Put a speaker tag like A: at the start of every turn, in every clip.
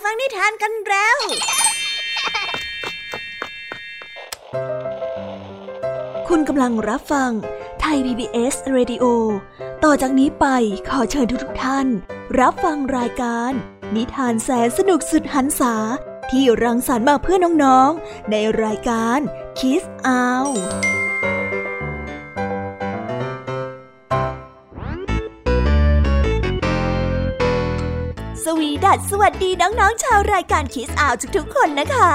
A: ฟังนิทานกันแล้วคุณกำลังรับฟังไทย PBS Radio ต่อจากนี้ไปขอเชิญทุกท่านรับฟังรายการนิทานแสนสนุกสุดหรรษาที่รังสรรค์มาเพื่อน้องๆในรายการ Kids Outสวัสดีน้องๆชาวรายการ Kids Out ทุกๆคนนะคะ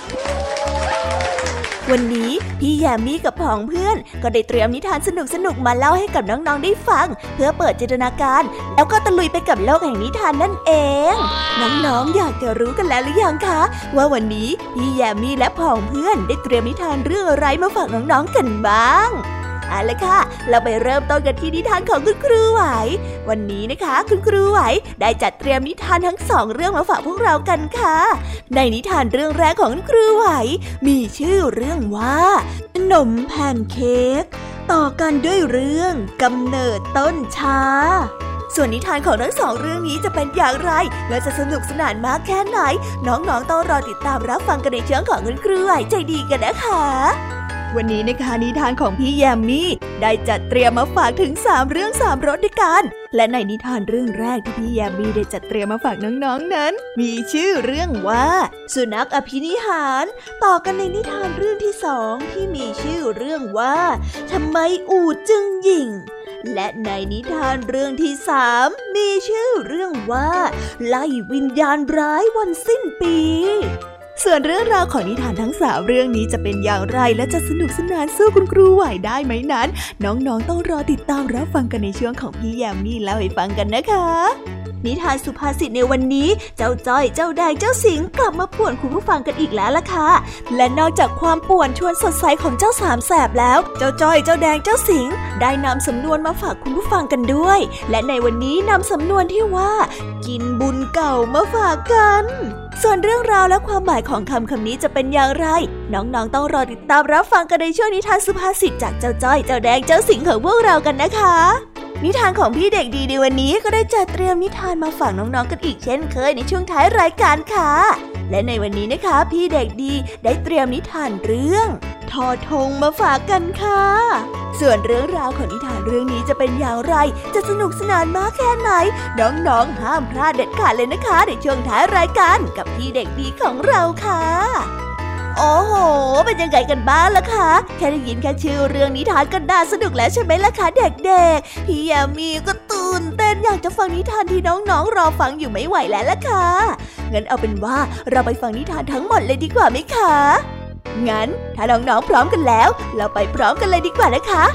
A: วันนี้พี่แยมมี่กับผองเพื่อนก็ได้เตรียมนิทานสนุกๆมาเล่าให้กับน้องๆได้ฟังเพื่อเปิดจินตนาการแล้วก็ตะลุยไปกับโลกแห่งนิทานนั่นเองน้องๆอยากจะรู้กันแล้วหรือยังคะว่าวันนี้พี่แยมมี่และผองเพื่อนได้เตรียมนิทานเรื่องอะไรมาฝากน้องๆกันบ้างเอาล่ะค่ะเราไปเริ่มต้นกันที่นิทานของคุณครูไหววันนี้นะคะคุณครูไหวได้จัดเตรียมนิทานทั้ง2เรื่องมาฝากพวกเรากันค่ะในนิทานเรื่องแรกของคุณครูไหวมีชื่อเรื่องว่าขนมแพนเค้กต่อกันด้วยเรื่องกำเนิดต้นชาส่วนนิทานของทั้ง2เรื่องนี้จะเป็นอย่างไรและจะสนุกสนานมากแค่ไหนน้องๆต้องรอติดตามรับฟังกันในช่วงของคุณครูไหวใจดีกันนะคะวันนี้นะคะนิทานของพี่แยมมี่ได้จัดเตรียมมาฝากถึง3เรื่อง3รสด้วยกันและในนิทานเรื่องแรกที่พี่แยมมี่ได้จัดเตรียมมาฝากน้องๆนั้นมีชื่อเรื่องว่าสุนัขอภินิหารต่อกันในนิทานเรื่องที่2ที่มีชื่อเรื่องว่าทำไมอูฐจึงหยิ่งและในนิทานเรื่องที่3มีชื่อเรื่องว่าไล่วิญญาณร้ายวันสิ้นปีส่วนเรื่องราวของนิทานทั้ง3เรื่องนี้จะเป็นอย่างไรและจะสนุกสนานสู้คุณครูไหวได้ไหมนั้นน้องๆต้องรอติดตามรับฟังกันในช่วงของพี่แยมมี่เล่าให้ฟังกันนะคะนิทานสุภาษิตในวันนี้เจ้าจ้อยเจ้าแดงเจ้าสิงกลับมาป่วนคุณผู้ฟังกันอีกแล้วล่ะค่ะและนอกจากความป่วนชวนสดใสของเจ้าสามแสบแล้วเจ้าจ้อยเจ้าแดงเจ้าสิงได้นำสำนวนมาฝากคุณผู้ฟังกันด้วยและในวันนี้นำสำนวนที่ว่ากินบุญเก่ามาฝากกันส่วนเรื่องราวและความหมายของคำนี้จะเป็นอย่างไรน้องๆต้องรอติดตามรับฟังกันในช่วงนิทานสุภาษิตจากเจ้าจ้อยเจ้าแดงเจ้าสิงของพวกเรากันนะคะนิทานของพี่เด็กดีในวันนี้ก็ได้จัดเตรียมนิทานมาฝากน้องๆกันอีกเช่นเคยในช่วงท้ายรายการค่ะและในวันนี้นะคะพี่เด็กดีได้เตรียมนิทานเรื่องทอธงมาฝากกันค่ะส่วนเรื่องราวของนิทานเรื่องนี้จะเป็นอย่างไรจะสนุกสนานมากแค่ไหนน้องๆห้ามพลาดเด็ดขาดเลยนะคะในช่วงท้ายรายการกับพี่เด็กดีของเราค่ะโอ้โหเป็นยังไงกันบ้างล่ะคะแค่ได้ยินแค่ชื่อเรื่องนิทานก็น่าสนุกแล้วใช่ไหมล่ะคะเด็กๆพี่แยมมี่ก็ตื่นเต้นอยากจะฟังนิทานที่น้องๆรอฟังอยู่ไม่ไหวแล้วล่ะค่ะงั้นเอาเป็นว่าเราไปฟังนิทานทั้งหมดเลยดีกว่าไหมคะงั้นถ้าน้องๆพร้อมกันแล้วเราไปพร้อมกันเลยดีกว่านะคะ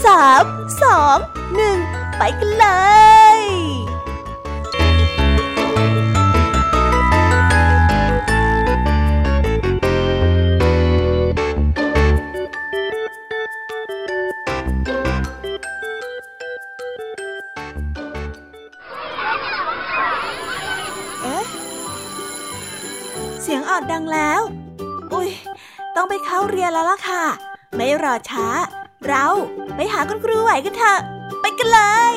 A: 3 2 1ไปกันเลยเสียงออดดังแล้วอุ๊ยต้องไปเข้าเรียนแล้วล่ะค่ะไม่รอช้าเราไปหาคุณครูไหวกันเถอะไปกันเลย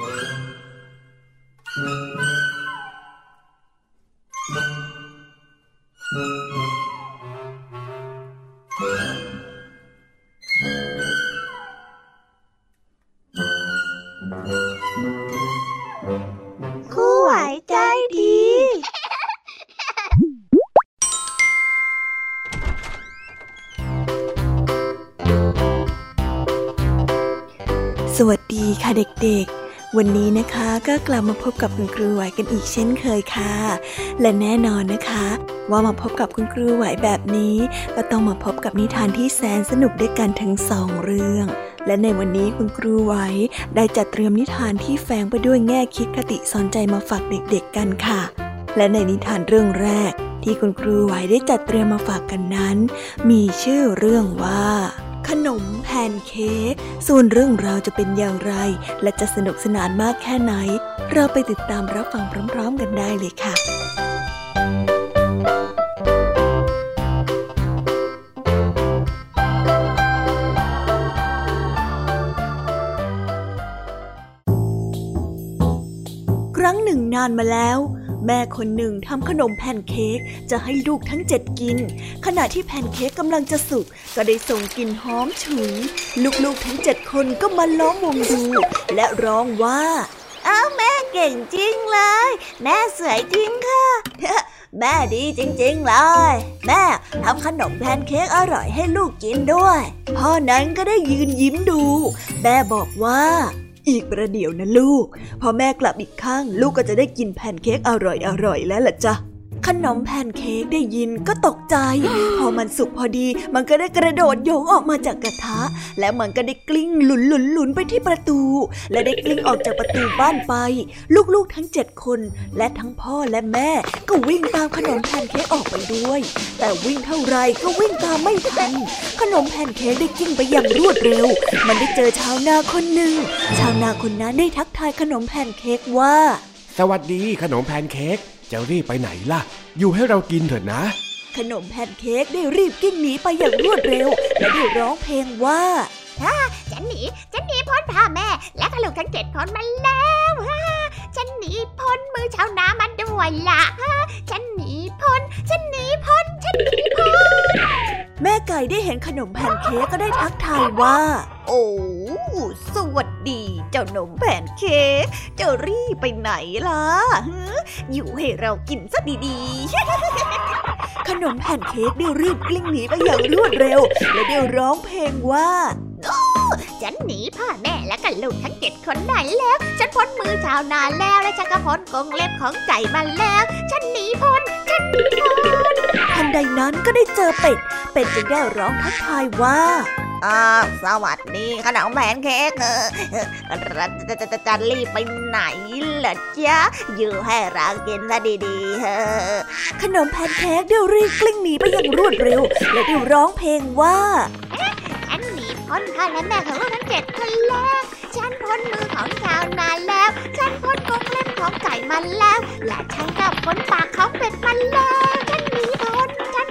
A: ครูไหวใจดีสวัสดีค่ะเด็กๆวันนี้นะคะก็กลับมาพบกับคุณครูไหวกันอีกเช่นเคยค่ะและแน่นอนนะคะว่ามาพบกับคุณครูไหวแบบนี้ก็ต้องมาพบกับนิทานที่แสนสนุกด้วยกันทั้ง2เรื่องและในวันนี้คุณครูไหวได้จัดเตรียมนิทานที่แฝงไปด้วยแง่คิดคติสอนใจมาฝากเด็กๆกันค่ะและในนิทานเรื่องแรกที่คุณครูไหวได้จัดเตรียมมาฝากกันนั้นมีชื่อเรื่องว่าขนมแพนเค้กส่วนเรื่องราวจะเป็นอย่างไรและจะสนุกสนานมากแค่ไหนเราไปติดตามรับฟังพร้อมๆกันได้เลยค่ะครั้งหนึ่งนานมาแล้วแม่คนหนึ่งทำขนมแพนเค้กจะให้ลูกทั้ง7กินขณะที่แพนเค้กกำลังจะสุกก็ได้ส่งกลิ่นหอมฉุยลูกๆทั้ง7คนก็มาล้อมวงดูและร้องว่าอ้าวแม่เก่งจริงเลยแม่สวยจริงค่ะ แม่ดีจริงๆเลยแม่ทำขนมแพนเค้กอร่อยให้ลูกกินด้วยพ่อนั้นก็ได้ยืนยิ้มดูแม่บอกว่าอีกประเดี๋ยวนะลูกพอแม่กลับอีกข้างลูกก็จะได้กินแพนเค้กอร่อยแล้วล่ะจ้ะขนมแพนเค้กได้ยินก็ตกใจพอมันสุกพอดีมันก็ได้กระโดดโยงออกมาจากกระทะและมันก็ได้กลิ้งหลุนไปที่ประตูและได้กลิ้งออกจากประตูบ้านไปลูกๆทั้ง7คนและทั้งพ่อและแม่ก็วิ่งตามขนมแพนเค้กออกไปด้วยแต่วิ่งเท่าไรก็วิ่งตามไม่ทันขนมแพนเค้กได้กิ้งไปอย่างรวดเร็วมันได้เจอชาวนาคนหนึ่งชาวนาคนนั้นได้ทักทายขนมแพนเค้กว่า
B: สวัสดีขนมแพนเค้กจะรีบไปไหนล่ะอยู่ให้เรากินเถอะนะ
A: ขนมแพนเค้กได้รีบกิ้งหนีไปอย่างรวดเร็วและได้ร้องเพลงว่า
C: ฉันหนีพ้นพ่อแม่และลูกทั้ง7คนมาแล้วฉันหนีพ้นมือชาวนามันด้วยล่ะฉันหนีพ้น
A: แม่ไก่ได้เห็นขนมแพนเค้กก็ได้ทักทายว่าโอ้สวัสดีเจ้าขนมแพนเค้กจะรีบไปไหนล่ะอยู่ให้เรากินซะดีๆขนมแพนเค้กได้รีบกลิ้งหนีไปอย่างรวดเร็วและได้ร้องเพลงว่า
C: ฉันหนีพ่อแม่และลูกทั้ง7คนได้แล้วฉันพ้นมือชาวนาแล้วและฉันก็พ้นกรงเล็บของไก่มาแล้วฉันหนีพ้น
A: ทันใดนั้นก็ได้เจอเป็ดจึงได้ร้องทักทายว่า
C: สวัสดีขนมแพนเค้กจะรีบไปไหนล่ะจ๊ะอยู่ให้เรากินซะดี
A: ๆขนมแพนเค้กได้รีบกลิ้งหนีไปอย่างรวดเร็วและได้ร้องเพลงว่า
C: ฉันหนีพ้นพ่อและแม่ของลูกทั้ง7คนแล้วฉันพ้นมือของชาวนาแล้วฉันพ้นกรงเล็บของไก่มาแล้วและฉันก็พ้นปากของเป็ดมาแล้วฉันหนีพ้น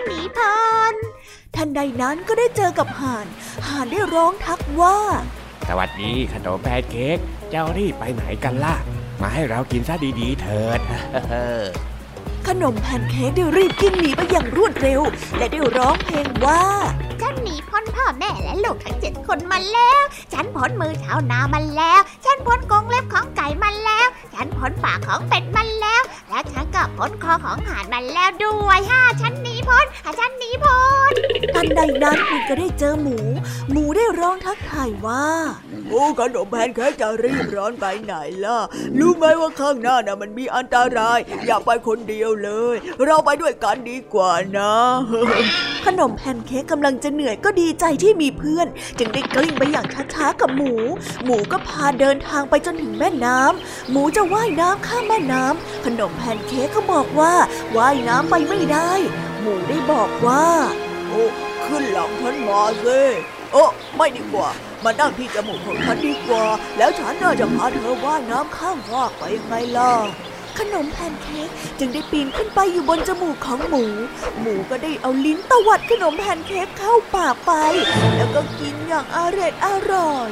A: ทันใดนั้นก็ได้เจอกับห่านได้ร้องทักว่า
B: สวัสดีขนมแพนเค้กเจ้ารีบไปไหนกันล่ะมาให้เรากินซะดีๆเถิด
A: ขนมแพนเค้กได้รีบกิ้งหนีไปอย่างรวดเร็วและได้ร้องเพลงว่า
C: ฉันหนีพ้นพ่อแม่และลูกทั้ง7คนมาแล้วฉันพ้นมือชาวนามาแล้วฉันพ้นกรงเล็บของไก่มาแล้วฉันพ้นปากของเป็ดมาแล้วและฉันก็พ้นคอของห่านมาแล้วด้วยฉันหนีพ้น
A: ทันใดนั้นมันก็ได้เจอหมูได้ร้องทักทายว่า
D: โอ้ขนมแพนเค้กจะรีบร้อนไปไหนล่ะรู้ไหมว่าข้างหน้าน่ะมันมีอันตรายอย่าไปคนเดียวเลยเราไปด้วยกันดีกว่านะ
A: ขนมแพนเค้กกำลังจะเหนื่อยก็ดีใจที่มีเพื่อนจึงได้กลิ้งไปอย่างช้าๆกับหมูก็พาเดินทางไปจนถึงแม่น้ำหมูจะว่ายน้ำข้ามแม่น้ำขนมแพนเค้กก็บอกว่าว่ายน้ำไปไม่ได้หมูได้บอกว่า
D: โอ้ขึ้นหลังฉันมาสิโอ้ไม่ดีกว่ามานั่งที่จมูกของฉันดีกว่าแล้วฉันน่าจะพาเธอว่ายน้ำข้ามฟากไปยังไงล่ะ
A: ขนมแพนเค้กจึงได้ปีนขึ้นไปอยู่บนจมูกของหมูก็ได้เอาลิ้นตวัดขนมแพนเค้กเข้าปากไปแล้วก็กินอย่างอร่อย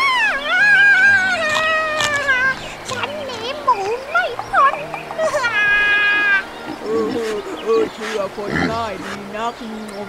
C: ฉันหนีหมูไม่พ้น
D: เชื่อคนง่ายดีนัก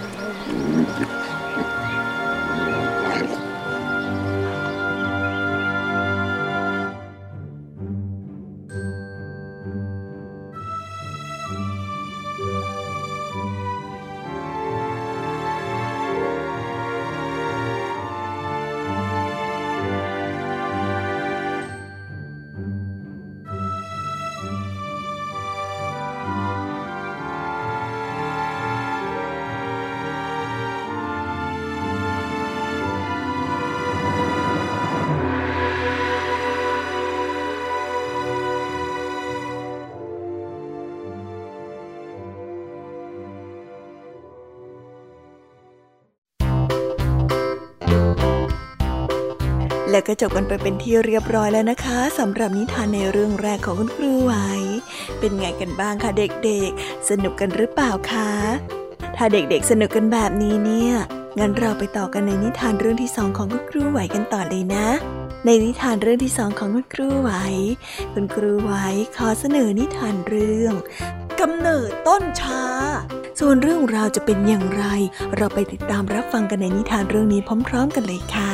A: แล้วก็จบกันไปเป็นที่เรียบร้อยแล้วนะคะสำหรับนิทานในเรื่องแรกของคุณครูไหวเป็นไงกันบ้างคะเด็กๆสนุกกันหรือเปล่าคะถ้าเด็กๆสนุกกันแบบนี้เนี่ยงั้นเราไปต่อกันในนิทานเรื่องที่2ของคุณครูไหวกันต่อเลยนะในนิทานเรื่องที่2ของคุณครูไหวคุณครูไหวขอเสนอนิทานเรื่องกำเนิดต้นชาส่วนเรื่องราวจะเป็นอย่างไรเราไปติดตามรับฟังกันในนิทานเรื่องนี้พร้อมๆกันเลยค่ะ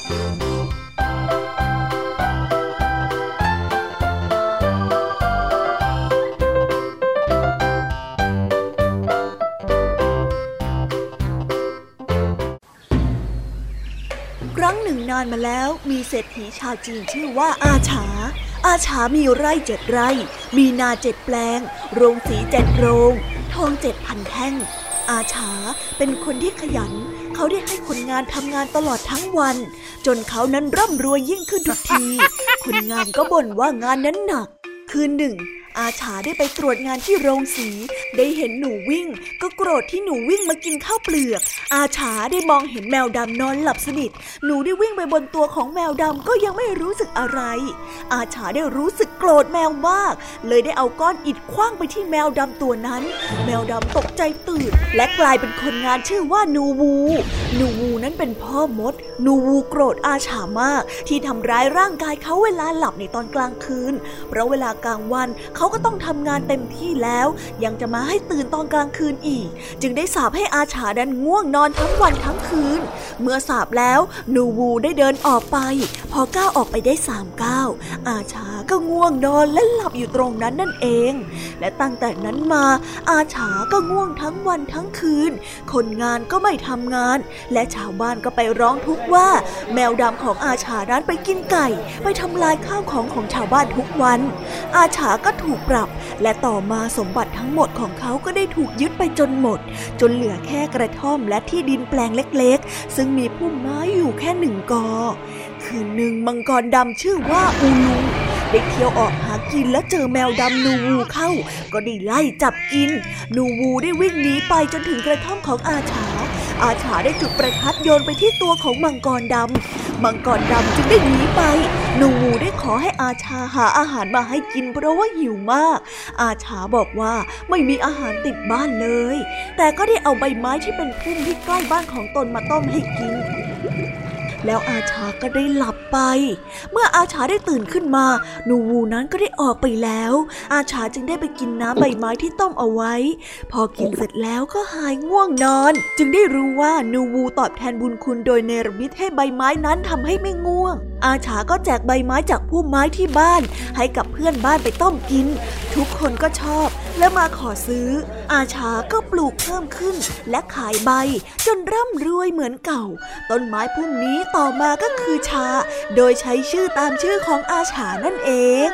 A: ครั้งหนึ่งนานมาแล้วมีเศรษฐีชาวจีนชื่อว่าอาฉามีไร่7 ไร่มีนา7 แปลงโรงสี7 โรงทอง7,000 แท่งอาฉาเป็นคนที่ขยันเขาได้ให้คนงานทำงานตลอดทั้งวันจนเขานั้นร่ำรวยยิ่งขึ้นทุกทีคนงานก็บ่นว่างานนั้นหนักคืนหนึ่งอาฉาได้ไปตรวจงานที่โรงสีได้เห็นหนูวิ่งก็โกรธที่หนูวิ่งมากินข้าวเปลือกอาฉาได้มองเห็นแมวดำนอนหลับสนิทหนูได้วิ่งไปบนตัวของแมวดำก็ยังไม่รู้สึกอะไรอาฉาได้รู้สึกโกรธแมวมากเลยได้เอาก้อนอิฐขว้างไปที่แมวดำตัวนั้นแมวดำตกใจตื่นและกลายเป็นคนงานชื่อว่านูวูนั้นเป็นพ่อมดนูวูโกรธอาฉามากที่ทำร้ายร่างกายเขาเวลาหลับในตอนกลางคืนเพราะเวลากลางวันเขาก็ต้องทำงานเต็มที่แล้วยังจะมาให้ตื่นตอนกลางคืนอีกจึงได้สาปให้อาฉานั้นง่วงนอนทั้งวันทั้งคืนเมื่อสาปแล้วนูวูได้เดินออกไปพอก้าวออกไปได้3 ก้าวอาฉาก็ง่วงนอนและหลับอยู่ตรงนั้นนั่นเองและตั้งแต่นั้นมาอาฉาก็ง่วงทั้งวันทั้งคืนคนงานก็ไม่ทำงานและชาวบ้านก็ไปร้องทุกข์ว่าแมวดำของอาฉานั้นไปกินไก่ไปทำลายข้าวของชาวบ้านทุกวันอาฉาก็ถูกปรับและต่อมาสมบัติทั้งหมดของเขาก็ได้ถูกยึดไปจนหมดจนเหลือแค่กระท่อมและที่ดินแปลงเล็กๆซึ่งมีพุ่มไม้อยู่แค่1 กอคืนหนึ่งมังกรดำชื่อว่าอูลุงได้เที่ยวออกหากินและเจอแมวดำนูวูเข้าก็ได้ไล่จับกินนูวูได้วิ่งหนีไปจนถึงกระท่อมของอาฉาได้จุดประทัดโยนไปที่ตัวของมังกรดำจึงได้หนีไปนูวูได้ขอให้อาฉาหาอาหารมาให้กินเพราะว่าหิวมากอาฉาบอกว่าไม่มีอาหารติดบ้านเลยแต่ก็ได้เอาใบไม้ที่เป็นพุ่มที่ใกล้บ้านของตนมาต้มให้กินแล้วอาฉาก็ได้หลับไปเมื่ออาฉาได้ตื่นขึ้นมานูวูนั้นก็ได้ออกไปแล้วอาฉาจึงได้ไปกินน้ำใบไม้ที่ต้มเอาไว้พอกินเสร็จแล้วก็หายง่วงนอนจึงได้รู้ว่านูวูตอบแทนบุญคุณโดยเนรมิตให้ใบไม้นั้นทำให้ไม่ง่วงอาฉาก็แจกใบไม้จากพุ่มไม้ที่บ้านให้กับเพื่อนบ้านไปต้มกินทุกคนก็ชอบและมาขอซื้ออาฉาก็ปลูกเพิ่มขึ้นและขายใบจนร่ำรวยเหมือนเก่าต้นไม้พุ่มนี้ต่อมาก็คือชาโดยใช้ชื่อตามชื่อของอาฉานั่นเอง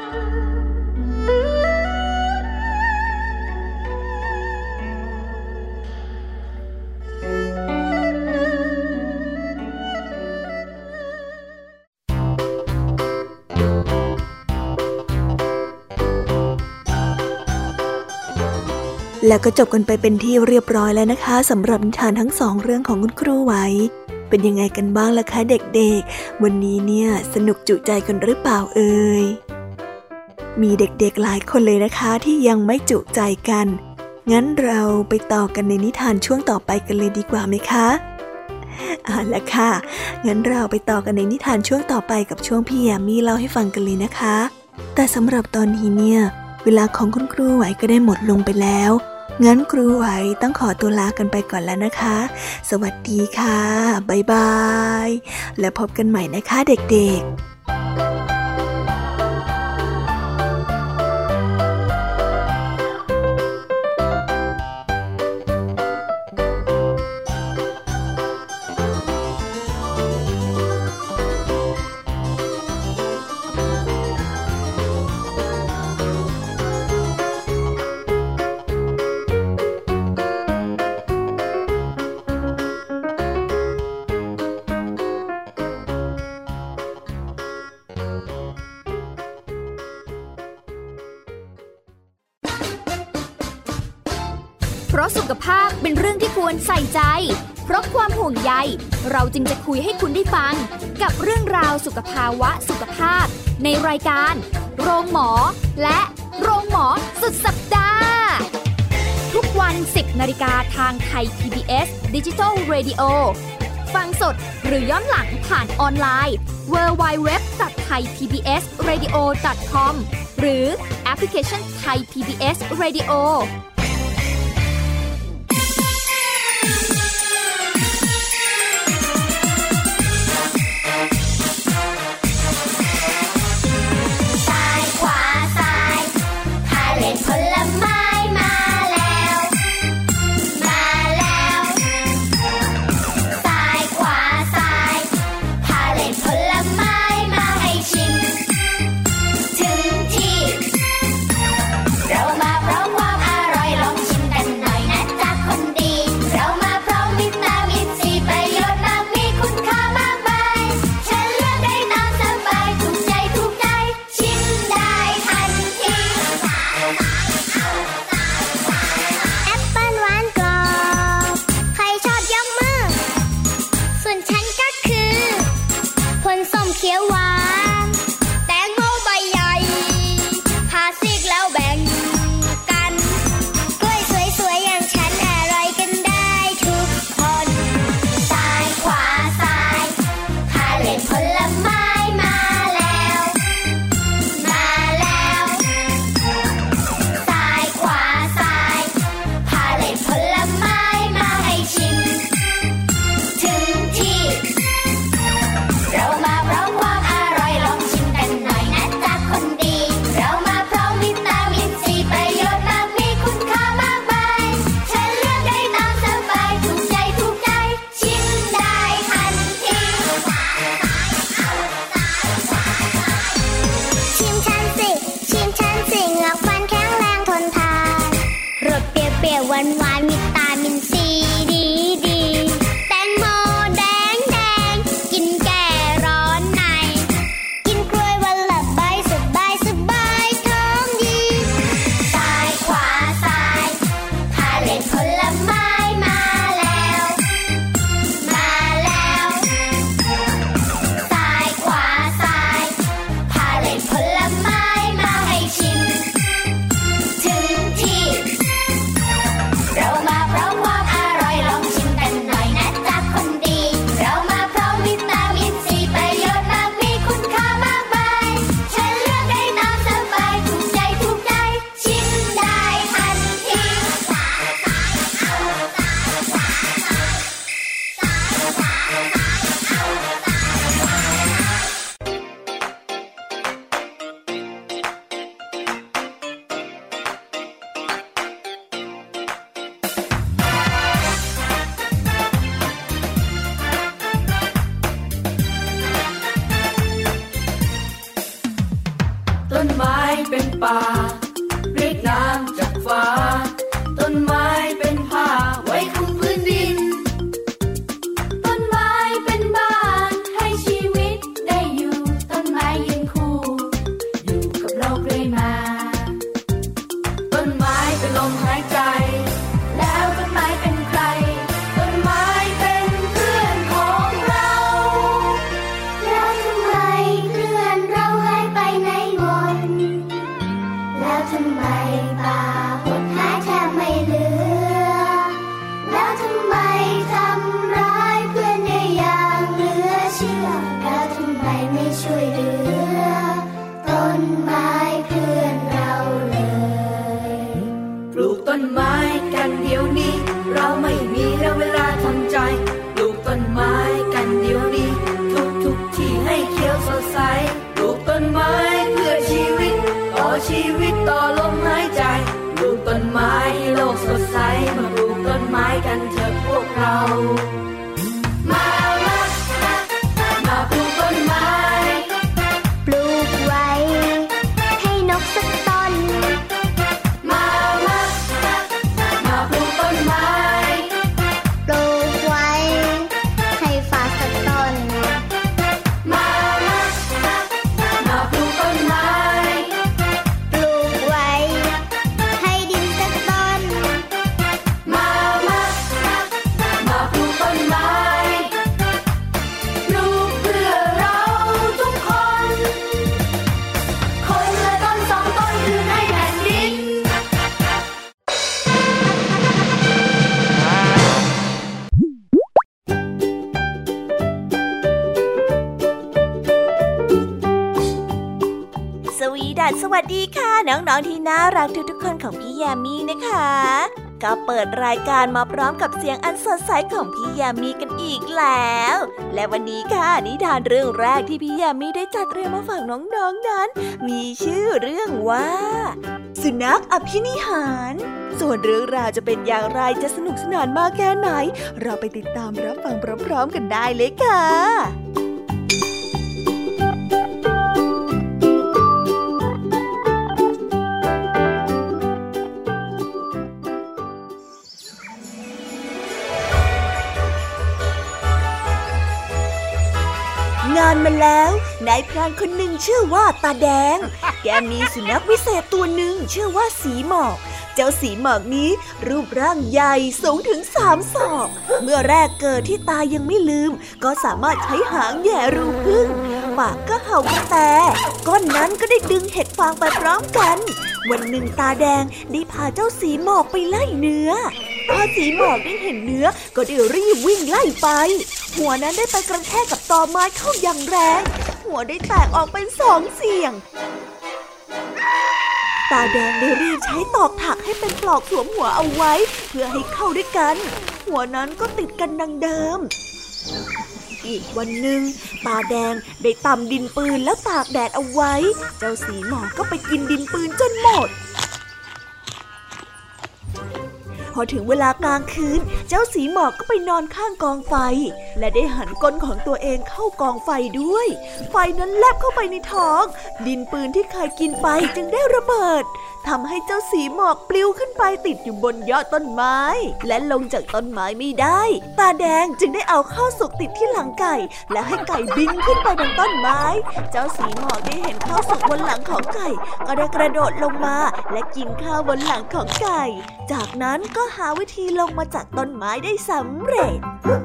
A: แล้วก็จบกันไปเป็นที่เรียบร้อยแล้วนะคะสำหรับนิทานทั้ง2 เรื่องของคุณครูไหวเป็นยังไงกันบ้างล่ะคะเด็กๆวันนี้เนี่ยสนุกจุใจกันหรือเปล่าเอ่ยมีเด็กๆหลายคนเลยนะคะที่ยังไม่จุใจกันงั้นเราไปต่อกันในนิทานช่วงต่อไปกันเลยดีกว่าไหมคะเอาล่ะค่ะงั้นเราไปต่อกันในนิทานช่วงต่อไปกับช่วงพี่แยมมี่เล่าให้ฟังกันเลยนะคะแต่สำหรับตอนนี้เนี่ยเวลาของคุณครูไหวก็ได้หมดลงไปแล้วงั้นครูไหวต้องขอตัวลากันไปก่อนแล้วนะคะสวัสดีค่ะบ๊ายบายแล้วพบกันใหม่นะคะเด็กๆ
E: เพราะสุขภาพเป็นเรื่องที่ควรใส่ใจเพราะความห่วงใยเราจึงจะคุยให้คุณได้ฟังกับเรื่องราวสุขภาวะสุขภาพในรายการโรงหมอและโรงหมอสุดสัปดาห์ทุกวัน 10 นาฬิกาทางไทย PBS Digital Radio ฟังสดหรือย้อนหลังผ่านออนไลน์ www.thaipbsradio.com หรือแอปพลิเคชัน Thai PBS Radio
F: ผลไม้มาแล้วมาแล้วซ้ายขวาซ้ายพาเล่นผลไม้มาให้ชิมถึงที่เรามาพร้อมความอร่อยลองชิมกันหน่อยนะจ๊ะคนดีเรามาพร้อมวิตามินซีประโยชน์มากมีคุณค่ามากมายฉันเลือกได้ตามสบายถูกใจถูกใจชิมได้ทันทีเขียวหวานแตงโมใบใหญ่ผ่าซีกแล้วแบ่งกันกล้วยสวยๆอย่างฉันอร่อยกันได้ทุกคนซ้ายขวาซ้ายพาเล่นผลไม้มาแล้วมาแล้วซ้ายขวาซ้ายพาเล่นผลไม้มาให้ชิมถึงที่เรามาพร้อมความอร่อยลองชิมกันหน่อยนะจ๊ะคนดีเรามาพร้อมวิตามินซีประโยชน์มากมีคุณค่ามากมายฉันเลือกได้ตามสบายถูกใจถูกใจชิมได้ทันทีชิมฉันสิชิมฉันสิเหงือกฟันแข็งแรงทนทานรสเปรี้ยวๆหวานๆวิตามินซีดีๆแตงโมแดงกินแก่ร้อนในกินกล้วยวันละใบสบายท้องดีซ้ายขวาซ้ายพาเล่นผลไม้มาแล้วมาแล้วซ้ายขวาซ้ายพาเล่นผลไม้มาให้ชิมถึงที่เรามาพร้อมความอร่อยลองชิมกันหน่อยนะจ๊ะคนดีเรามาพร้อมวิตามินซีประโยชน์มากมีคุณค่ามากมายฉันเลือกได้ตามสบายถูกใจถูกใจชิมได้ทันที
G: ต้นไม้เป็นป่าเรียกน้ำจากฟ้าต้นไม้เป็นผ้าไว้คลุมพื้นดินต้นไม้เป็นบ้านให้ชีวิตได้อยู่ต้นไม้ยืนคู่อยู่กับเราเรื่อยมาต้นไม้เป็นลมหายใจแล้วต้นไม้เป็นใครต้นไม้เป็นเพื่อนของเรา
F: แล้วทำไมเพื่อนเราหายไปไหนหมดแล้วทำไมป่าหดหายแทบไม่เหลือแล้วทำไมทำร้ายเพื่อนได้อย่างเหลือเชื่อแล้วทำไมไม่ช่วยเหลือต้นไม้เพื่อนเราเลย
G: ปลูกต้นไม้กันเดี๋ยวนี้เราไม่มีแล้วเวลาทำใจปลูกต้นไม้กันเดี๋ยวนี้ทุกที่ให้เขียวสดใสปลูกต้นไม้เพื่อชีวิตต่อลมหายใจปลูกต้นไม้ให้โลกสดใสมาปลูกต้นไม้กันเถอะพวกเรามาปลูกต้นไม้
F: ปลูกไว้ให้นกสักต้น
G: มา
A: วัสดีค่ะน้องๆที่น่ารักทุกๆคนของพี่ยามีนะคะก็เปิดรายการมาพร้อมกับเสียงอันสดใสของพี่ยามีกันอีกแล้วและวันนี้ค่ะนิทานเรื่องแรกที่พี่ยามีได้จัดเตรียมมาฝากน้องๆนั้นมีชื่อเรื่องว่าสุนัขอภินิหารส่วนเรื่องราวจะเป็นอย่างไรจะสนุกสนานมากแค่ไหนเราไปติดตามรับฟังพร้อมๆกันได้เลยค่ะงานมาแล้วนายพรานคนหนึ่งชื่อว่าตาแดงแกมีสุนัขวิเศษตัวหนึ่งชื่อว่าสีหมอกเจ้าสีหมอกนี้รูปร่างใหญ่สูงถึง3 ศอกเมื่อแรกเกิดที่ตายังไม่ลืมก็สามารถใช้หางแหย่รูผึ้งปากก็เห่ากระแตก้อนนั้นก็ได้ดึงเห็ดฟางไปพร้อมกันวันหนึ่งตาแดงได้พาเจ้าสีหมอกไปไล่เนื้อพอสีหมอกได้เห็นเนื้อก็ได้รีบวิ่งไล่ไปหัวนั้นได้ไปกระแทกกับตอไม้เข้าอย่างแรงหัวได้แตกออกเป็น2 เสี่ยงตาแดงได้รีบใช้ตอกถักให้เป็นปลอกสวมหัวเอาไว้เพื่อให้เข้าด้วยกันหัวนั้นก็ติดกันดังเดิมอีกวันหนึ่งตาแดงได้ตำดินปืนแล้วตากแดดเอาไว้เจ้าสีหมอกก็ไปกินดินปืนจนหมดพอถึงเวลากลางคืนเจ้าสีหมอกก็ไปนอนข้างกองไฟและได้หันก้นของตัวเองเข้ากองไฟด้วยไฟนั้นแลบเข้าไปในท้องดินปืนที่เคยกินไปจึงได้ระเบิดทำให้เจ้าสีหมอกปลิวขึ้นไปติดอยู่บนยอดต้นไม้และลงจากต้นไม้ไม่ได้ตาแดงจึงได้เอาข้าวสุกติดที่หลังไก่และให้ไก่บินขึ้นไปบนต้นไม้เจ้าสีหมอกได้เห็นข้าวสุกบนหลังของไก่ก็ได้กระโดดลงมาและกินข้าวบนหลังของไก่จากนั้นก็หาวิธีลงมาจากต้นไม้ได้สำเร็จ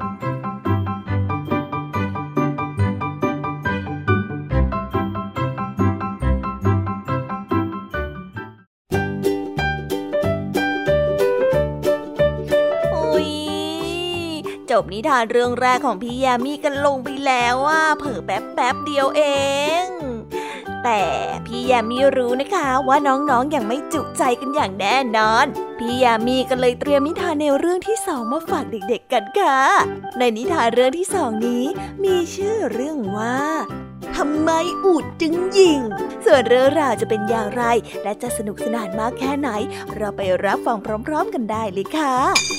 A: จบนิทานเรื่องแรกของพี่ยามีกันลงไปแล้วเผลอแป๊บเดียวเองแต่พี่ยามีรู้นะคะว่าน้องๆยังไม่จุใจกันอย่างแน่นอนพี่ยามีก็เลยเตรียมนิทานแนวเรื่องที่2มาฝากเด็กๆกันค่ะในนิทานเรื่องที่2นี้มีชื่อเรื่องว่าทำไมอูฐจึงยิงส่วนเรื่องราวจะเป็นอย่างไรและจะสนุกสนานมากแค่ไหนเราไปรับฟังพร้อมๆกันได้เลยค่ะ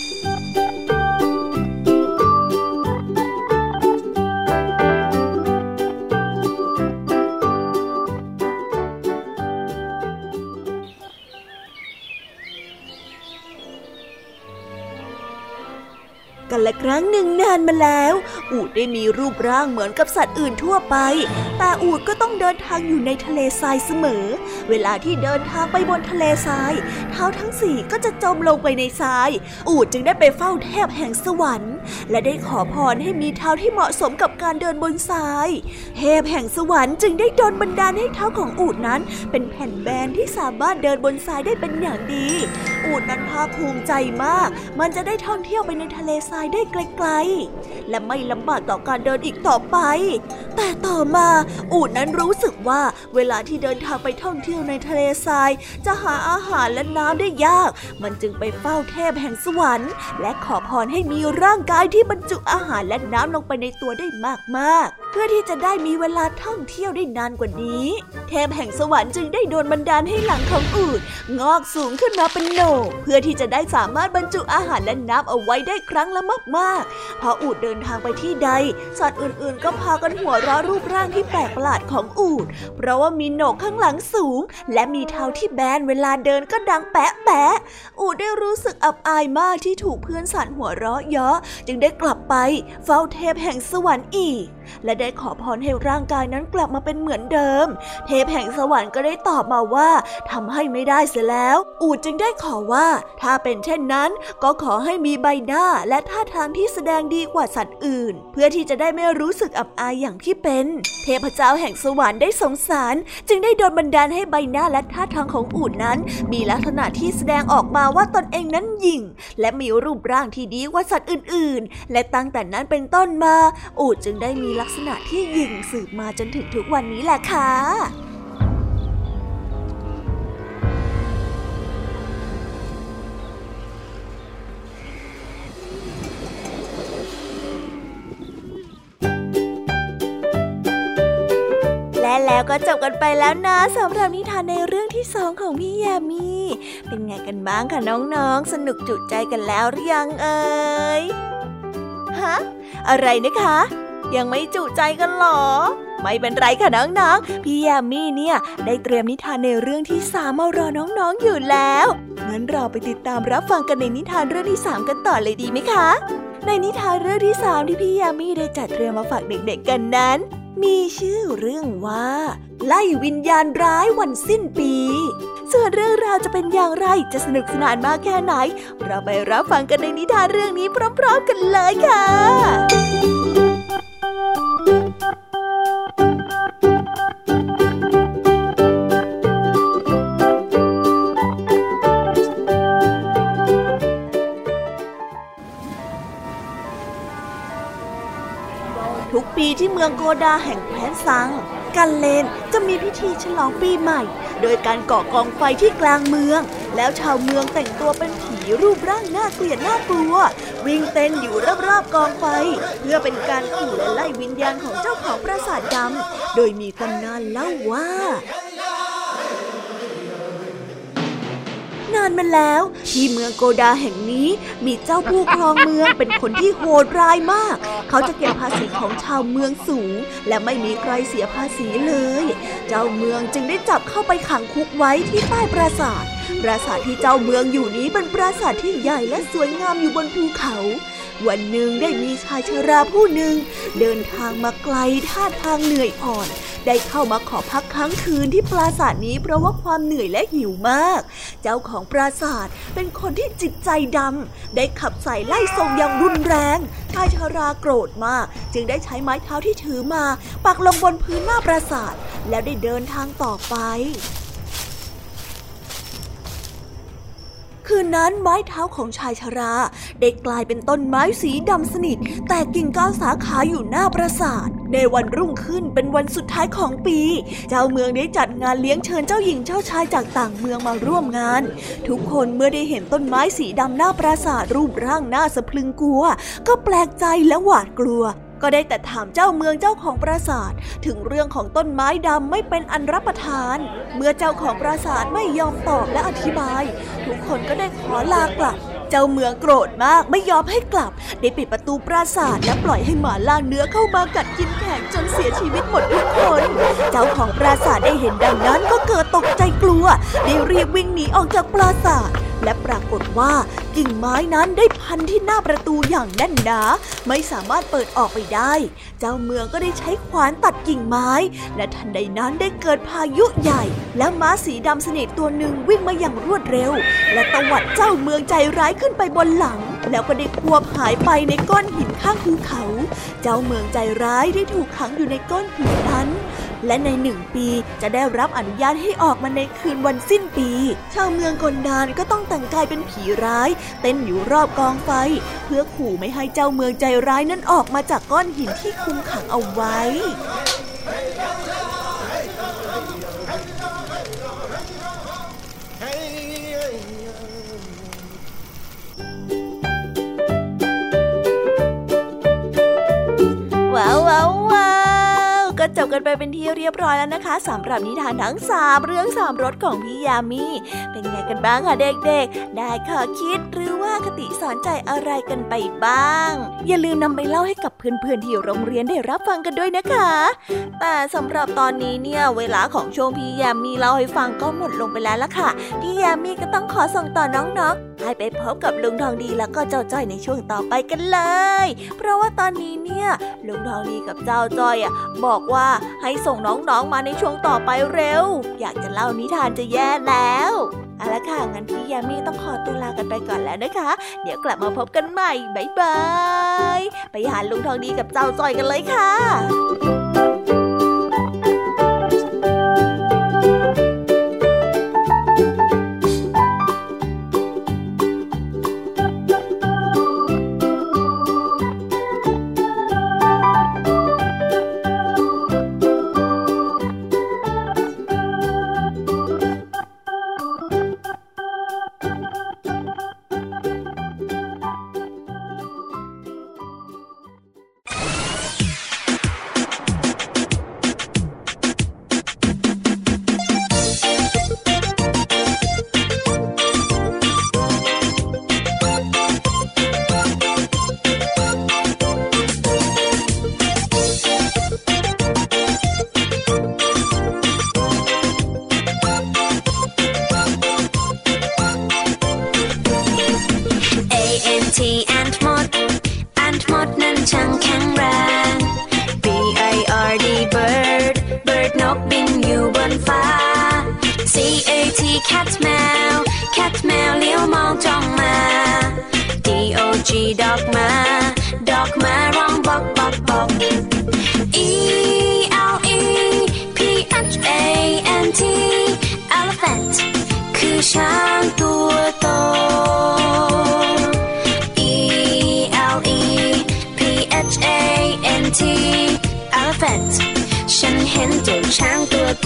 A: กันละครั้งหนึ่งนานมาแล้วอูฐได้มีรูปร่างเหมือนกับสัตว์อื่นทั่วไปแต่อูฐก็ต้องเดินทางอยู่ในทะเลทรายเสมอเวลาที่เดินทางไปบนทะเลทรายเท้าทั้ง4ก็จะจมลงไปในทรายอูฐจึงได้ไปเฝ้าเทพแห่งสวรรค์และได้ขอพรให้มีเท้าที่เหมาะสมกับการเดินบนทรายเทพแห่งสวรรค์จึงได้ดลบันดาลให้เท้าของอูฐนั้นเป็นแผ่นแบนที่สามารถเดินบนทรายได้เป็นอย่างดีอูฐนั้นภาคภูมิใจมากมันจะได้ท่องเที่ยวไปในทะเลทรายได้ไกลๆและไม่ลำบากต่อการเดินอีกต่อไปแต่ต่อมาอูฐนั้นรู้สึกว่าเวลาที่เดินทางไปท่องเที่ยวในทะเลทรายจะหาอาหารและน้ำได้ยากมันจึงไปเฝ้าเทพแห่งสวรรค์และขอพรให้มีร่างกายที่บรรจุอาหารและน้ำลงไปในตัวได้มากๆเพื่อที่จะได้มีเวลาท่องเที่ยวได้นานกว่านี้เทพแห่งสวรรค์จึงได้โดนบันดาลให้หลังของอูฐงอกสูงขึ้นมาเป็นโหนกเพื่อที่จะได้สามารถบรรจุอาหารและน้ำเอาไว้ได้ครั้งละมากๆพออูฐเดินทางไปที่ใดสัตว์อื่นๆก็พากันหัวเราะรูปร่างที่แปลกประหลาดของอูฐเพราะว่ามีโหนกข้างหลังสูงและมีเท้าที่แบนเวลาเดินก็ดังแปะแปะอูฐได้รู้สึกอับอายมากที่ถูกเพื่อนสัตว์หัวเราะเยาะจึงได้กลับไปเฝ้าเทพแห่งสวรรค์อีกและได้ขอพรให้ร่างกายนั้นกลับมาเป็นเหมือนเดิมเทพแห่งสวรรค์ก็ได้ตอบมาว่าทำให้ไม่ได้เสียแล้วอูฐจึงได้ขอว่าถ้าเป็นเช่นนั้นก็ขอให้มีใบหน้าและท่าทางที่แสดงดีกว่าสัตว์อื่นเพื่อที่จะได้ไม่รู้สึกอับอายอย่างที่เป็นเทพเจ้าแห่งสวรรค์ได้สงสารจึงได้โดนบันดาลให้ใบหน้าและท่าทางของอูฐนั้นมีลักษณะที่แสดงออกมาว่าตนเองนั้นหยิ่งและมีรูปร่างที่ดีกว่าสัตว์อื่นๆและตั้งแต่นั้นเป็นต้นมาอูฐจึงได้มีลักษณะที่หยิ่งสืบมาจนถึงทุกวันนี้แหละค่ะแล้วก็จบกันไปแล้วนะสำหรับนิทานในเรื่องที่2ของพี่ยามีเป็นไงกันบ้างคะน้องๆสนุกจุใจกันแล้วหรือยังเอ่ยฮะอะไรนะคะยังไม่จุใจกันหรอไม่เป็นไรค่ะน้องๆพี่ยามีเนี่ยได้เตรียมนิทานในเรื่องที่3มารอน้องๆอยู่แล้วงั้นเราไปติดตามรับฟังกันในนิทานเรื่องที่3กันต่อเลยดีไหมคะในนิทานเรื่องที่3ที่พี่ยามีได้จัดเตรียมมาฝากเด็กๆกันนั้นมีชื่อเรื่องว่าไล่วิญญาณร้ายวันสิ้นปีส่วนเรื่องราวจะเป็นอย่างไรจะสนุกสนานมากแค่ไหนเราไปรับฟังกันในนิทานเรื่องนี้พร้อมๆกันเลยค่ะทุกปีที่เมืองโกดาแห่งแคว้นซังกันเลนจะมีพิธีฉลองปีใหม่โดยการก่อกองไฟที่กลางเมืองแล้วชาวเมืองแต่งตัวเป็นผีรูปร่างน่าเกลียดน่ากลัววิ่งเต้นอยู่รอบๆกองไฟเพื่อเป็นการขู่และไล่วิญญาณของเจ้าของปราสาทดำโดยมีตำนานเล่าว่านานมาแล้วที่เมืองโกดาแห่งนี้มีเจ้าผู้ครองเมืองเป็นคนที่โหดร้ายมากเขาจะเก็บภาษีของชาวเมืองสูงและไม่มีใครเสียภาษีเลยเจ้าเมืองจึงได้จับเข้าไปขังคุกไว้ที่ใต้ปราสาทที่เจ้าเมืองอยู่นี้เป็นปราสาทที่ใหญ่และสวยงามอยู่บนภูเขาวันหนึ่งได้มีชายชราผู้หนึ่งเดินทางมาไกลท่าทางเหนื่อยอ่อนได้เข้ามาขอพักค้างคืนที่ปราสาทนี้เพราะว่าความเหนื่อยและหิวมากเจ้าของปราสาทเป็นคนที่จิตใจดำได้ขับใส่ไล่ส่งอย่างรุนแรงชายชราโกรธมากจึงได้ใช้ไม้เท้าที่ถือมาปักลงบนพื้นหน้าปราสาทแล้วได้เดินทางต่อไปคืนนั้นไม้เท้าของชายชราได้กลายเป็นต้นไม้สีดำสนิทแต่กิ่งก้านสาขาอยู่หน้าปราสาทในวันรุ่งขึ้นเป็นวันสุดท้ายของปีเจ้าเมืองได้จัดงานเลี้ยงเชิญเจ้าหญิงเจ้าชายจากต่างเมืองมาร่วมงานทุกคนเมื่อได้เห็นต้นไม้สีดำหน้าปราสาทรูปร่างน่าสะพรึงกลัวก็แปลกใจและหวาดกลัวก็ได้แต่ถามเจ้าเมืองเจ้าของปราสาทถึงเรื่องของต้นไม้ดำไม่เป็นอันรับประทานเมื่อเจ้าของปราสาทไม่ยอมตอบและอธิบายทุกคนก็ได้ขอลากลับเจ้าเมืองโกรธมากไม่ยอมให้กลับได้ปิดประตูปราสาทและปล่อยให้หมาล่าเนื้อเข้ามากัดกินแขกจนเสียชีวิตหมดทุกคนเจ้าของปราสาทได้เห็นดังนั้นก็เกิดตกใจกลัวได้รีบวิ่งหนีออกจากปราสาทและปรากฏว่ากิ่งไม้นั้นได้พันที่หน้าประตูอย่างแน่นหนาไม่สามารถเปิดออกไปได้เจ้าเมืองก็ได้ใช้ขวานตัดกิ่งไม้และทันใดนั้นได้เกิดพายุใหญ่และม้าสีดำสนิทตัวหนึ่งวิ่งมาอย่างรวดเร็วและตวัดเจ้าเมืองใจร้ายขึ้นไปบนหลังแล้วก็ได้ควบหายไปในก้อนหินข้างภูเขาเจ้าเมืองใจร้ายได้ถูกขังอยู่ในก้อนหินนั้นและใน1 ปีจะได้รับอนุญาตให้ออกมาในคืนวันสิ้นปีชาวเมืองกนดานก็ต้องแต่งกายเป็นผีร้ายเต้นอยู่รอบกองไฟเพื่อขู่ไม่ให้เจ้าเมืองใจร้ายนั้นออกมาจากก้อนหินที่คุมขังเอาไว้ว้าวก็จบกันไปเป็นที่เรียบร้อยแล้วนะคะสำหรับนิทานทั้ง3เรื่อง3รสของพี่ยามีเป็นไงกันบ้างคะเด็กๆได้ข้อคิดหรือว่าคติสอนใจอะไรกันไปบ้างอย่าลืมนำไปเล่าให้กับเพื่อนๆที่โรงเรียนได้รับฟังกันด้วยนะคะแต่สำหรับตอนนี้เนี่ยเวลาของช่วงพี่ยามีเล่าให้ฟังก็หมดลงไปแล้วล่ะค่ะพี่ยามีก็ต้องขอส่งต่อน้องๆให้ไปพบกับลุงทองดีแล้วก็เจ้าจ้อยในช่วงต่อไปกันเลยเพราะว่าตอนนี้เนี่ยลุงทองดีกับเจ้าจ้อยบอกว่าให้ส่งน้องๆมาในช่วงต่อไปเร็วอยากจะเล่านิทานจะแย่แล้วเอาละค่ะงั้นพี่ยามีต้องขอตัวลากันไปก่อนแล้วนะคะเดี๋ยวกลับมาพบกันใหม่บ๊ายบายไปหาลุงทองดีกับเจ้าจ้อยกันเลยค่ะ
H: T cat แมว cat แมวเลี้ยวมองจ้องมา D O G dog มา dog มาร้องบอกบอกบอก E L E P H A N T elephant คือช้างตัวโต E L E P H A N T elephant ฉันเห็นเจ้าช้างตัวโต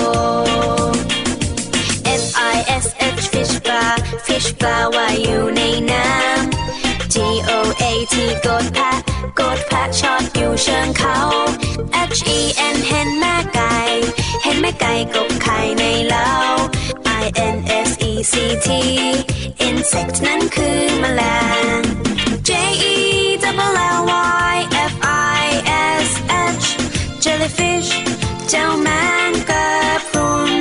H: F I S H fish ปลา fish ปลาว่ายอยู่ในน้ำ G O A T โกดแพะ โกดแพะชอดอยู่เชิงเขา H E N เห็นแม่ไก่ เห็นแม่ไก่กบไข่ในเล้า I N S E C T insect นั้นคือแมลง J E double L Y F I S H jellyfish เจ้าแมงกะพรุน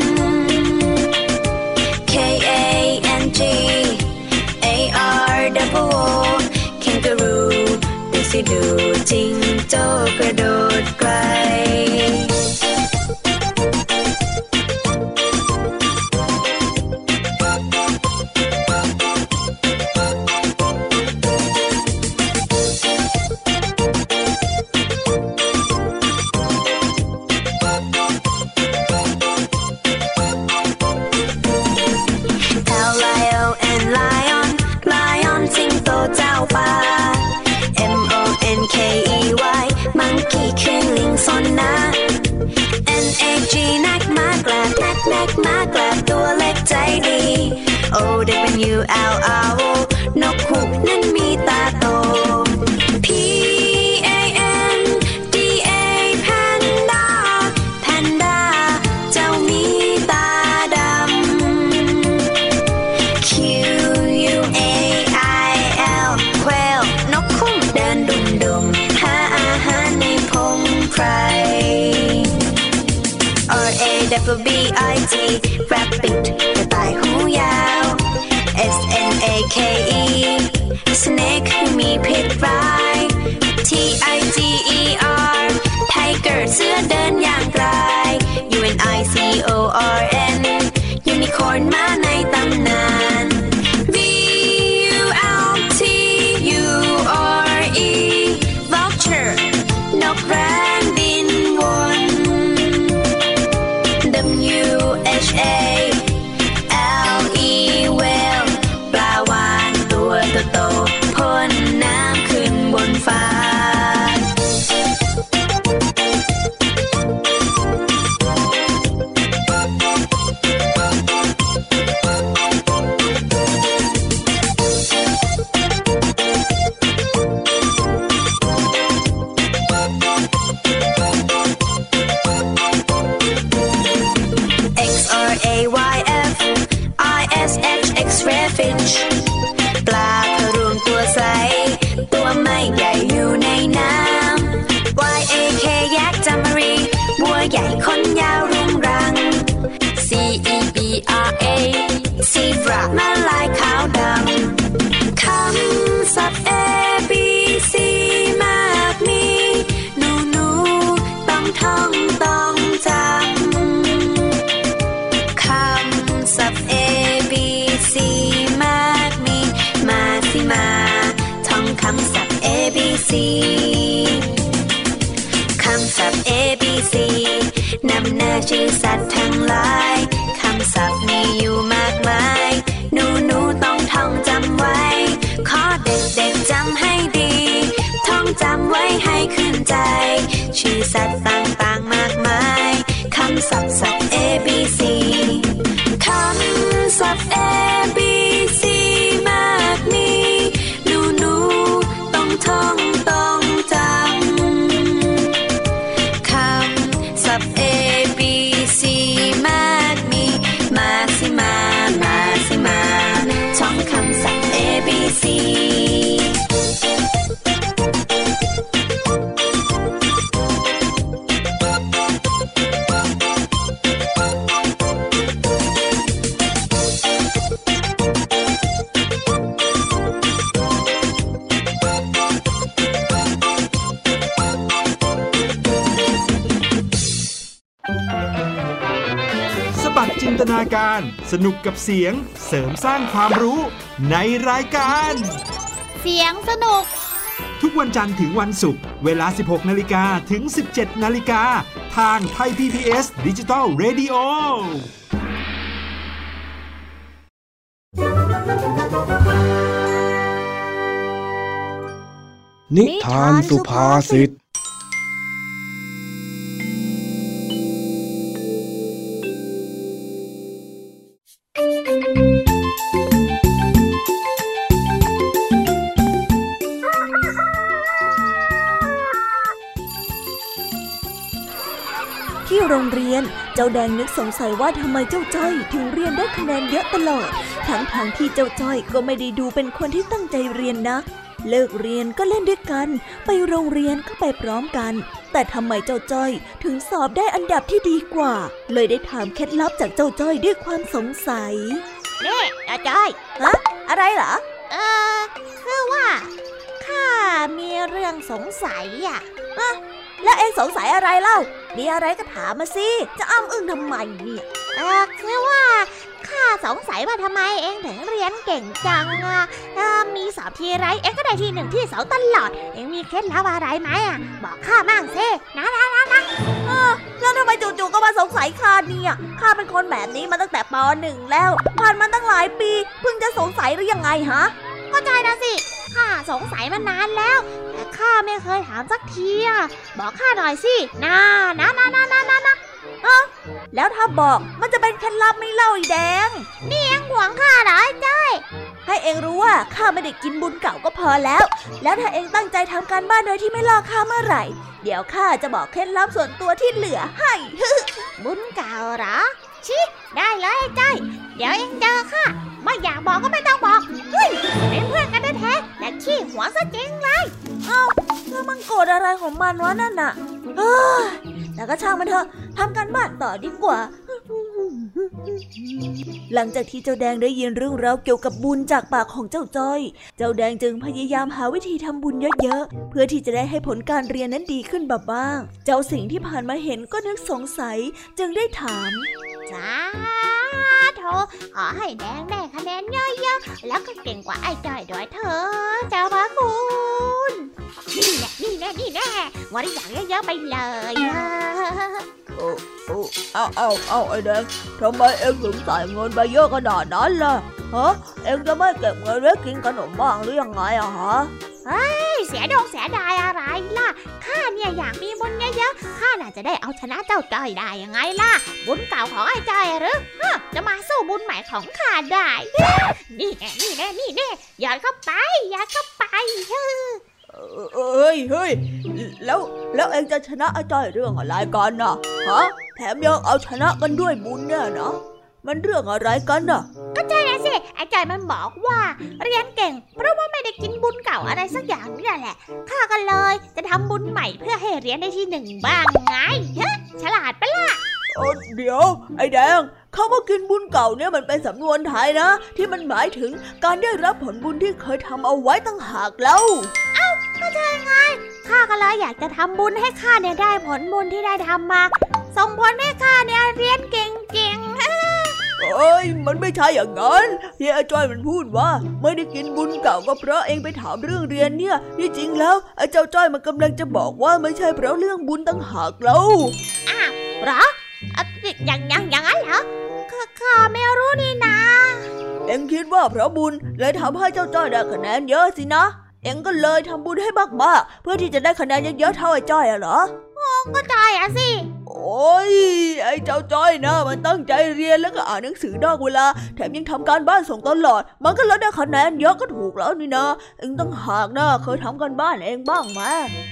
H: K A N G A R double O kangaroo ดูสิดูจิงโจ้กระโดดไกลO W L R O นกฮูกนั้นมีตาโต P A N D A Panda Panda เจ้ามีตาดำ Q U A I L Quail นกคุ้มเดินดุ่มๆหาอาหารในพงไพร R A W B I T Rabbit กระต่ายหูยาว S N A K E Snake มีพิษร้าย T I G E R Tiger เสือเดินอย่างไกล U N I C O R N Unicorn ม้าในตำนาน V U L T U R E Vulture นกแร้งบินวน W H A L E Whale ปลาวาฬตัวโตๆพ่นน้ำขึ้นบนฟ้าFish ปลากระรวงตัวใสตัวไม่ใหญ่อยู่ในน้ำ Y A K ยักษ์จามรีบัวใหญ่ขนยาวรุงรัง C E B R A Zebra แม่ลายขาวดำคำศัพท์ A B C มากมีหนูต้องท่องต้องจำคำศัพท์ A B Cมากมีมาสิมาท่องคำศัพท์ A B C คำศัพท์ A B C นำหน้าชื่อสัตว์ทั้งหลายคำศัพท์มีอยู่มากมายหนูต้องท่องจำไว้ขอเด็กๆจำให้ดีท่องจำไว้ให้ขึ้นใจชื่อสัตว์ต่างๆมากมายคำศัพท์ A B C คำศัพท์ A B C มากมีหนูต้องท่องต้องจำคำศัพท์ A B C มากมีมาสิมาท่องคำศัพท์ A B C
I: ตนาการสนุกกับเสียงเสริมสร้างความรู้ในรายการ
C: เสียงสนุก
I: ทุกวันจันทร์ถึงวันศุกร์เวลา 16:00 นถึง 17:00 นทางไทย PBS Digital Radio
J: นิทานสุภาษิต
A: ที่โรงเรียนเจ้าแดงนึกสงสัยว่าทำไมเจ้าจ้อยถึงเรียนได้คะแนนเยอะตลอดทั้งที่เจ้าจ้อยก็ไม่ได้ดูเป็นคนที่ตั้งใจเรียนนักเลิกเรียนก็เล่นด้วยกันไปโรงเรียนก็ไปพร้อมกันแต่ทำไมเจ้าจ้อยถึงสอบได้อันดับที่ดีกว่าเลยได้ถามเคล็ดลับจากเจ้าจ้อยด้วยความสงสัย
C: นี่เจ้าจ้อย
A: ฮะอะไรเหรอ
C: คือว่าข้ามีเรื่องสงสัยอ่ะ
A: แล้วเองสงสัยอะไรเล่ามีอะไรก็ถามมาสิจะอ้ำอึ้งทำไมเนี่ย
C: คือว่าข้าสงสัยว่าทำไมเองถึงเรียนเก่งจังมีสอบทีไรเองก็ได้ที่1ที่2ตลอดเองมีเคล็ดลับอะไรไหมบอกข้ามั่งสินะ
A: แล้วทำไมจู่ๆก็มาสงสัยข้าเนี่ยข้าเป็นคนแบบนี้มาตั้งแต่ป.1 แล้วผ่านมาตั้งหลายปีเพิ่งจะสงสัยหรือยังไงฮะ
C: เข้าใจนะสิข้าสงสัยมานานแล้วแต่ข้าไม่เคยถามสักทีบอกข้าหน่อยสินะ
A: แล้วถ้าบอกมันจะเป็นเคล็ดลับไม่เล่าอีแดง
C: นี่เอ็งหวงข้าเหรอจ้อย
A: ให้เอ็งรู้ว่าข้าไม่ได้กินบุญเก่าก็พอแล้วถ้าเอ็งตั้งใจทำการบ้านโดยที่ไม่ลอกข้าเมื่อไหร่เดี๋ยวข้าจะบอกเคล็ดลับส่วนตัวที่เหลือให้
C: บุญเก่าเหรอชิได้เลยจ้อยเดี๋ยวเอ็งเจอข้าไม่อยากบอกก็ไม่ต้องบอกเฮ้ยเป็นเพื่อนกันแท้ๆแต่ขี้หัวซะจริงเลย
A: แล้วมันโกรธอะไรของมันวะนั่นน่ะแต่ก็ช่างมันเถอะทำการบ้านต่อดีกว่าหลังจากที่เจ้าแดงได้ยินเรื่องราวเกี่ยวกับบุญจากปากของเจ้าจ้อยเจ้าแดงจึงพยายามหาวิธีทำบุญเยอะๆเพื่อที่จะได้ให้ผลการเรียนนั้นดีขึ้นบ้างเจ้าสิ่งที่ผ่านมาเห็นก็นึกสงสัยจึงได้ถาม
C: สาธุขอให้แดงได้คะแนนเยอะๆแล้วก็เก่งกว่าไอ้จ้อยด้วยเถอะเจ้าพระคุณนี่แน่วันนี้อยากเยอะๆไปเลย
D: เอาไอ้แดงทำไมเอ็งถึงใส่เงินไปเยอะขนาดนั้นล่ะฮะเอ็งจะไม่เก็บเงินไว้กินขนมบ้างหรือยังไงฮะ
C: เสียดายอะไรล่ะข้าเนี่ยอยากมีบุญเยอะๆข้าน่าจะได้เอาชนะเจ้าจ้อยได้ยังไงล่ะบุญเก่าของไอ้จ้อยหรือจะมาสู้บุญใหม่ของข้าได้นี่แน่หยอดเข้าไป
D: เฮ้ยแล้วเอ็งจะชนะไอ้จ้อยเรื่องอะไรกันน่ะฮะแถมยังเอาชนะกันด้วยบุญเนี่ยนะมันเรื่องอะไรกันน่ะ
C: ก็ใช่นะสิไอ้จ้อยมันบอกว่าเรียนเก่งเพราะว่าไม่ได้กินบุญเก่าอะไรสักอย่างนี่แหละข้าก็เลยจะทำบุญใหม่เพื่อให้เรียนได้ที่1บ้างไงฉลาดปะล่ะ
D: เดี๋ยวไอ้แดงคำว่ากินบุญเก่าเนี่ยมันเป็นสำนวนไทยนะที่มันหมายถึงการได้รับผลบุญที่เคยทำเอาไว้ตั้งหากแล้ว
C: ก็ใช่ไงข้าก็เลยอยากจะทำบุญให้ข้าเนี่ยได้ผลบุญที่ได้ทำมาส่งผลให้ข้าเนี่ยเรียนเก่ง
D: มันไม่ใช่อย่างนั้นที่ไอ้จ้อยมันพูดว่าไม่ได้กินบุญเก่าก็เพราะเองไปถามเรื่องเรียนเนี่ยที่จริงแล้วไอ้เจ้าจ้อยมันกำลังจะบอกว่าไม่ใช่เพราะเรื่องบุญตั้งหากแล้ว
C: เหรออย่างนั้นเหรอข้าไม่รู้นี่นะ
D: เอ็งคิดว่าเพราะบุญเลยทำให้เจ้าจ้อยได้คะแนนเยอะสินะเอ็งก็เลยทำบุญให้มากๆเพื่อที่จะได้คะแนนเยอะๆเท่าไอ้จ้อยเหรอ
C: ก็ใช่สิ
D: โอ้ยไอ้เจ้าจ้อยนะมันตั้งใจเรียนแล้วก็อ่านหนังสือนอกเวลาแถมยังทำการบ้านส่งตลอดมันก็เลยได้คะแนนเยอะก็ถูกแล้วนี่นะเอ็งต้องหากนะเคยทำการบ้านเองบ้างไหม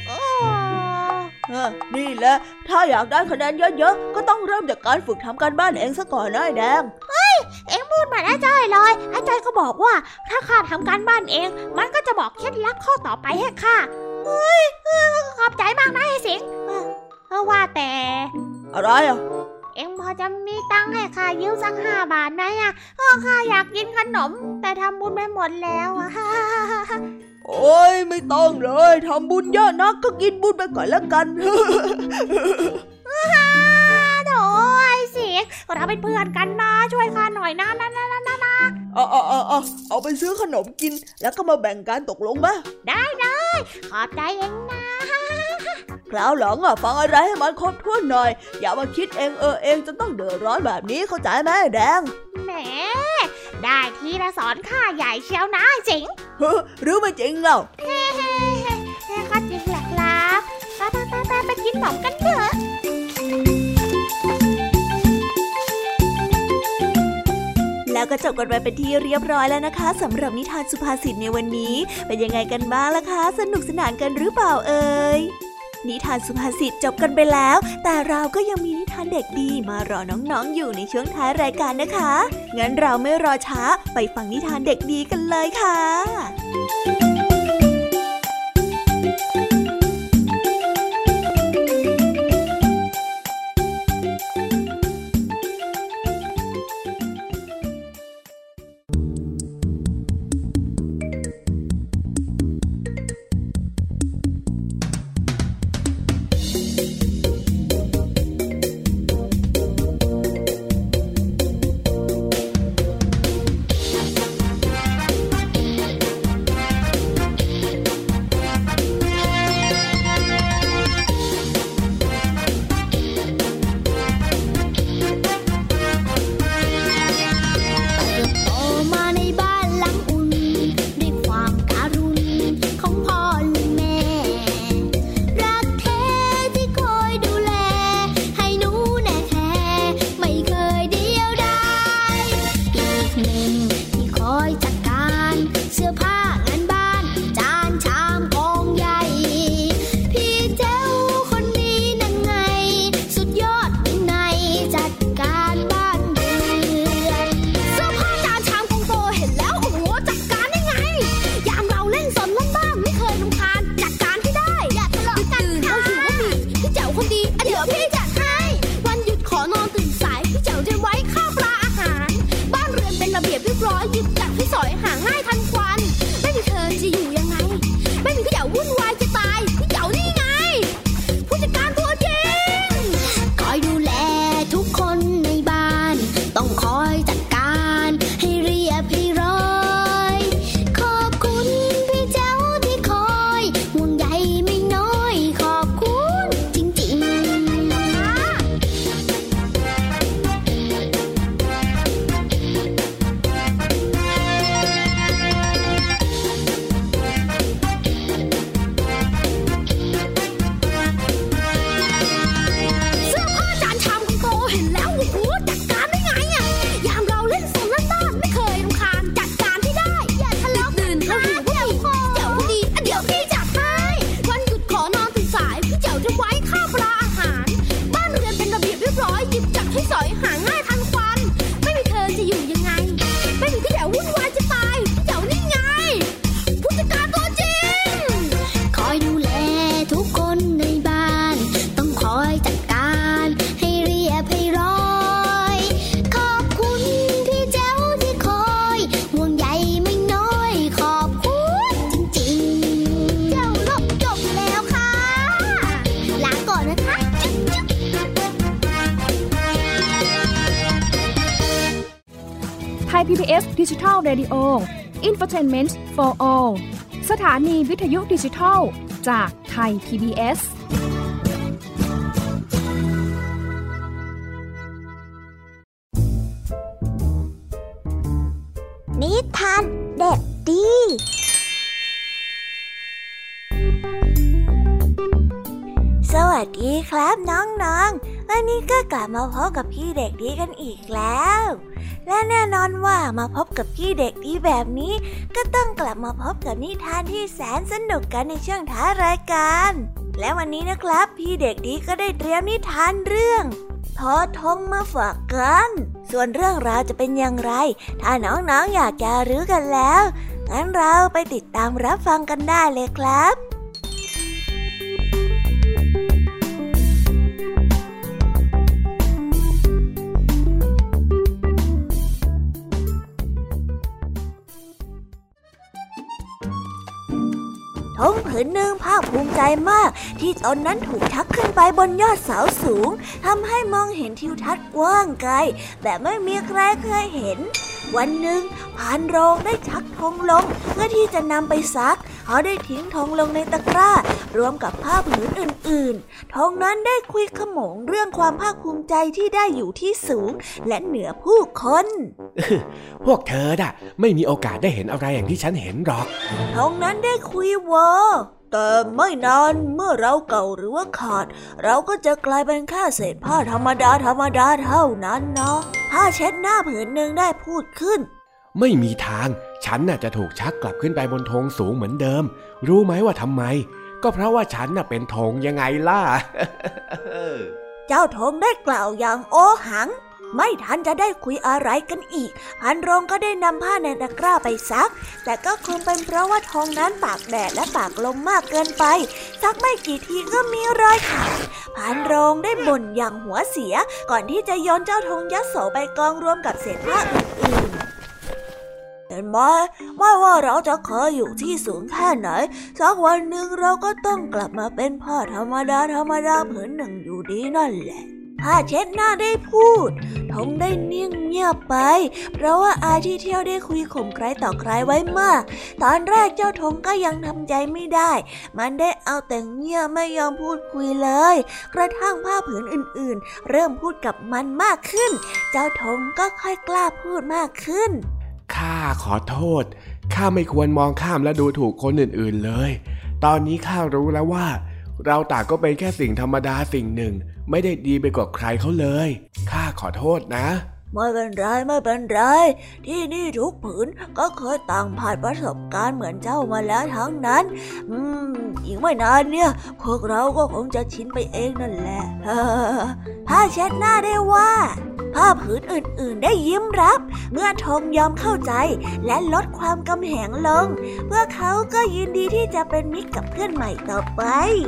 D: นี่แหละถ้าอยากได้คะแนนเยอะๆก็ต้องเริ่มจากการฝึกทำการบ้านเองซะก่อนนะไอ้แดง
C: เอ็งพูดเหมือนไอ้จ้อยเลยไอ้จ้อยก็บอกว่าถ้าข้าทำการบ้านเองมันก็จะบอกเคล็ดลับข้อต่อไปให้ข้าขอบใจมากนะไอ้สิงว่าแต่
D: อะไร
C: เอ็งพอจะมีตังค์ให้ข้ายืมสัก5 บาทไหมข้าอยากกินขนมแต่ทำบุญไปหมดแล้ว
D: โอ้ยไม่ต้องเลยทำบุญเยอะนักก็กินบุญไปก่อนแล้วกัน
C: โถ่ไอ้สิงเราเป็นเพื่อนกันนะช่วยข้าหน่อยนะ
D: เอาไปซื้อขนมกินแล้วก็มาแบ่งกันตกลงไหม
C: ได้ขอบใจเองนะ
D: คราวหลังฟังอะไรให้มันครบถ้วนหน่อยอย่ามาคิดเองจะต้องเดือดร้อนแบบนี้เข้าใจไหมแดง
C: แหมได้ทีละสอนข้าใหญ่เชียวนะจริง
D: หรือไม่จริงเล่า
C: ก็จริงแหละครับไปกินขนมกันเถอะ
A: แล้วก็จบกันไปเป็นที่เรียบร้อยแล้วนะคะสำหรับนิทานสุภาษิตในวันนี้เป็นยังไงกันบ้างล่ะคะสนุกสนานกันหรือเปล่าเอ่ยนิทานสุภาษิตจบกันไปแล้วแต่เราก็ยังมีนิทานเด็กดีมารอน้องๆอยู่ในช่วงท้ายรายการนะคะงั้นเราไม่รอช้าไปฟังนิทานเด็กดีกันเลยค่ะ
K: PBS Digital Radio Infotainment for All สถานีวิทยุดิจิทัลจากไทย PBS
C: นิทานเด็กดี
A: สวัสดีครับน้องๆวันนี้ก็กลับมาพบกับพี่เด็กดีกันอีกแล้วและแน่นอนว่ามาพบกับพี่เด็กดีแบบนี้ก็ต้องกลับมาพบกับนิทานที่แสนสนุกกันในช่วงท้ายรายการและวันนี้นะครับพี่เด็กดีก็ได้เตรียมนิทานเรื่องทอทงมาฝากกันส่วนเรื่องราวจะเป็นอย่างไรถ้าน้องๆอยากจะรู้กันแล้วงั้นเราไปติดตามรับฟังกันได้เลยครับ
L: ท
A: ธงผืนหนึ่งภาคภูมิใจมากที่ตนนั้นถูกชักขึ้นไปบนยอดเสาสูงทำให้มองเห็นทิวทัศน์กว้างไกลแบบไม่มีใครเคยเห็นวันหนึ่งพานโรงได้ชักธงลงเพื่อที่จะนำไปซักเขาได้ทิ้งธงลงในตะกร้ารวมกับผ้าผืนอื่นๆธงนั้นได้คุยขโมงเรื่องความภาคภูมิใจที่ได้อยู่ที่สูงและเหนือผู้คน
B: พวกเธอน่ะไม่มีโอกาสได้เห็นอะไรอย่างที่ฉันเห็นหรอก
A: ธงนั้นได้คุยวอแต่ไม่นานเมื่อเราเก่าหรือว่าขาดเราก็จะกลายเป็นแค่เศษผ้าธรรมดาเท่านั้นเนาะผ้าเช็ดหน้าผืนหนึ่งได้พูดขึ้น
B: ไม่มีทางฉันน่ะจะถูกชักกลับขึ้นไปบนธงสูงเหมือนเดิมรู้ไหมว่าทำไมก็เพราะว่าฉันน่ะเป็นธงยังไงล่ะ
A: เจ้าธงได้กล่าวอย่างโอหังไม่ทันจะได้คุยอะไรกันอีกพันโรงก็ได้นำผ้าในตะกร้าไปซักแต่ก็คงเป็นเพราะว่าธงนั้นตากแดดและตากลมมากเกินไปซักไม่กี่ทีก็มีรอยขาดพันโรงได้บ่นอย่างหัวเสียก่อนที่จะโยนเจ้าธงยักษ์โสไปกองรวมกับเศษผ้าอื่นๆเห็นไหมไม่ว่าเราจะเคยอยู่ที่สูงแค่ไหนสักวันหนึ่งเราก็ต้องกลับมาเป็นผ้าธรรมดาผืนหนึ่งอยู่ดีนั่นแหละผ้าเช็ดหน้าได้พูดธงได้นิ่งเงียบไปเพราะว่าอายที่เที่ยวได้คุยข่มใครต่อใครไว้มากตอนแรกเจ้าธงก็ยังทำใจไม่ได้มันได้เอาแต่เงียบไม่ยอมพูดคุยเลยกระทั่งผ้าผืนอื่นๆเริ่มพูดกับมันมากขึ้นเจ้าธงก็ค่อยกล้าพูดมากขึ้น
B: ข้าขอโทษข้าไม่ควรมองข้ามและดูถูกคนอื่นๆเลยตอนนี้ข้ารู้แล้วว่าเราต่างก็เป็นแค่สิ่งธรรมดาสิ่งหนึ่งไม่ได้ดีไปกว่าใครเขาเลยข้าขอโทษนะ
A: ไม่เป็นไรที่นี่ทุกผืนก็เคยต่างผ่านประสบการณ์เหมือนเจ้ามาแล้วทั้งนั้นอีกไม่นานเนี่ยพวกเราก็คงจะชินไปเองนั่นแหละผ้าเช็ดหน้าได้ว่าผ้าผืนอื่นๆได้ยิ้มรับเมื่อธงยอมเข้าใจและลดความกำแหงลงเพื่อเขาก็ยินดีที่จะเป็นมิตรกับเพื่อนใหม่ต่อไป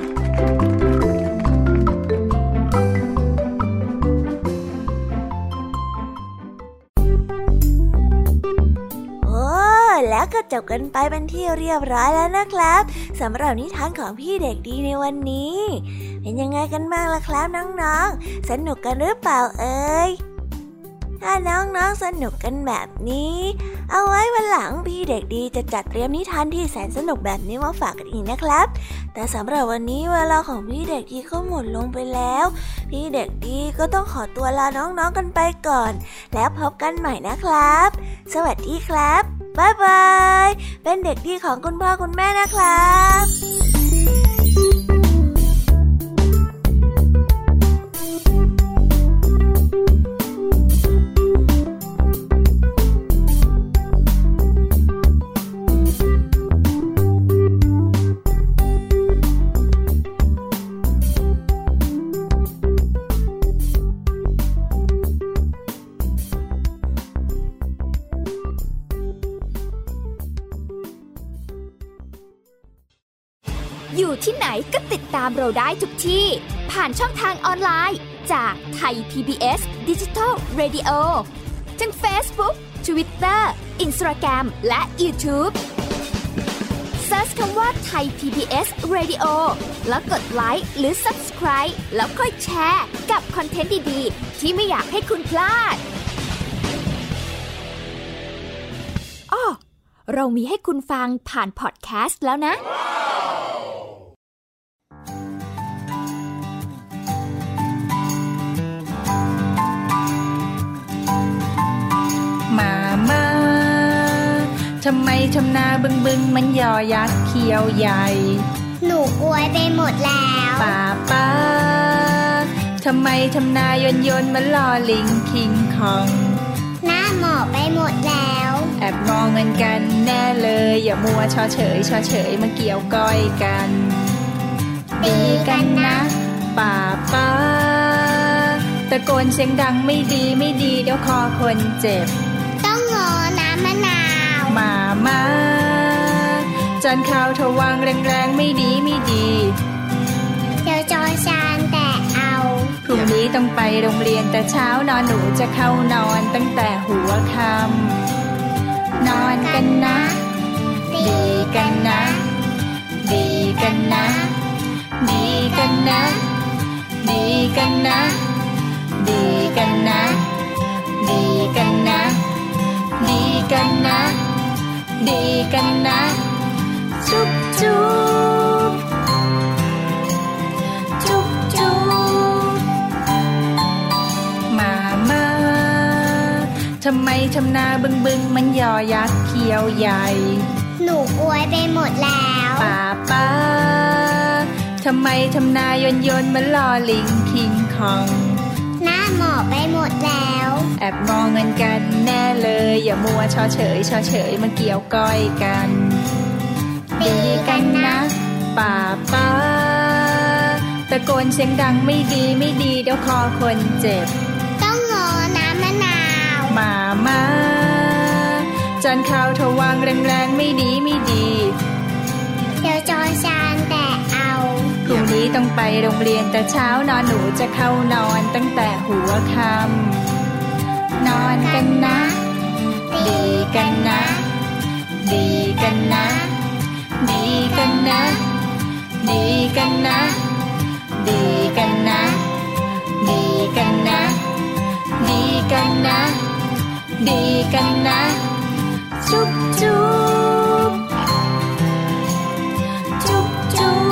A: แล้วก็จบกันไปเป็นที่เรียบร้อยแล้วนะครับสำหรับนิทานของพี่เด็กดีในวันนี้เป็นยังไงกันบ้างล่ะครับน้องๆสนุกกันหรือเปล่าเอ่ยถ้าน้องๆสนุกกันแบบนี้เอาไว้วันหลังพี่เด็กดีจะจัดเตรียมนิทานที่แสนสนุกแบบนี้มาฝากกันอีกนะครับแต่สำหรับวันนี้เวลาของพี่เด็กดีก็หมดลงไปแล้วพี่เด็กดีก็ต้องขอตัวลาน้องๆกันไปก่อนแล้วพบกันใหม่นะครับสวัสดีครับบ๊ายบายเป็นเด็กดีของคุณพ่อคุณแม่นะครับ
E: อยู่ที่ไหนก็ติดตามเราได้ทุกที่ผ่านช่องทางออนไลน์จากไทย PBS Digital Radio ทั้ง Facebook, Twitter, Instagram และ YouTubeเสิร์ชคำว่าไทย PBS Radio แล้วกดไลค์หรือ Subscribe แล้วค่อยแชร์กับคอนเทนต์ดีๆที่ไม่อยากให้คุณพลาดอ้อเรามีให้คุณฟังผ่านพอดแคสต์แล้วนะ
L: ทำไมทำนาบึงมันยอยักษ์เขียวใหญ่
F: หนูกลัวไปหมดแล้ว
L: ป้าทำไมทำนายนมันลอลิงคิงคอง
F: หน้าหมอบไปหมดแล้ว
L: แอบมองเงินกันแน่เลยอย่ามัวชอเฉยมาเกี่ยวก้อยกัน
F: ตีกันนะ
L: ป้าตะโกนเสียงดังไม่ดีเดี๋ยวคอคนเจ็บ
F: ต้องงอน้ำมะนาว
L: มาจานข้าวทวางแรงๆไม่ดี
F: เดี๋ยวจอชานแต่เอา
L: พรุ่งนี้ต้องไปโรงเรียนแต่เช้านอนหนูจะเข้านอนตั้งแต่หัวค่ำนอนกันนะ
F: ดีกันนะ
L: ดีกันนะดีกันนะจุ๊บจุ๊บจุ๊บจุ๊บมาทำไมทำนาบึงมันยอยักษ์เขียวใหญ่
F: หนูอวยไปหมดแล้ว
L: ป้าทำไมทำนายนมันลอลิงคิงคอง
F: หน้าหมอบไปหมดแล้ว
L: แอบมองเงินกันแน่เลยอย่ามัวชอเฉยมันเกี่ยวก้อยกัน
F: ดีกันนะ
L: ป้าตะโกนเสียงดังไม่ดีเดี๋ยวคอคนเจ็บ
F: ต้องงอน้ำมะนาว
L: มาจานข้าวทวางแรงๆไม่ดี
F: เดี๋ยวจอนชานแต่เอา
L: พรุ่งนี้ต้องไปโรงเรียนแต่เช้านอนหนูจะเข้านอนตั้งแต่หัวค่ำนอนกันนะดีกันนะดีกันนะดีกันนะดีกันนะดีกันนะดีกันนะดีกันนะดีกันนะจุ๊บจุ๊บจุ๊บจุ๊บ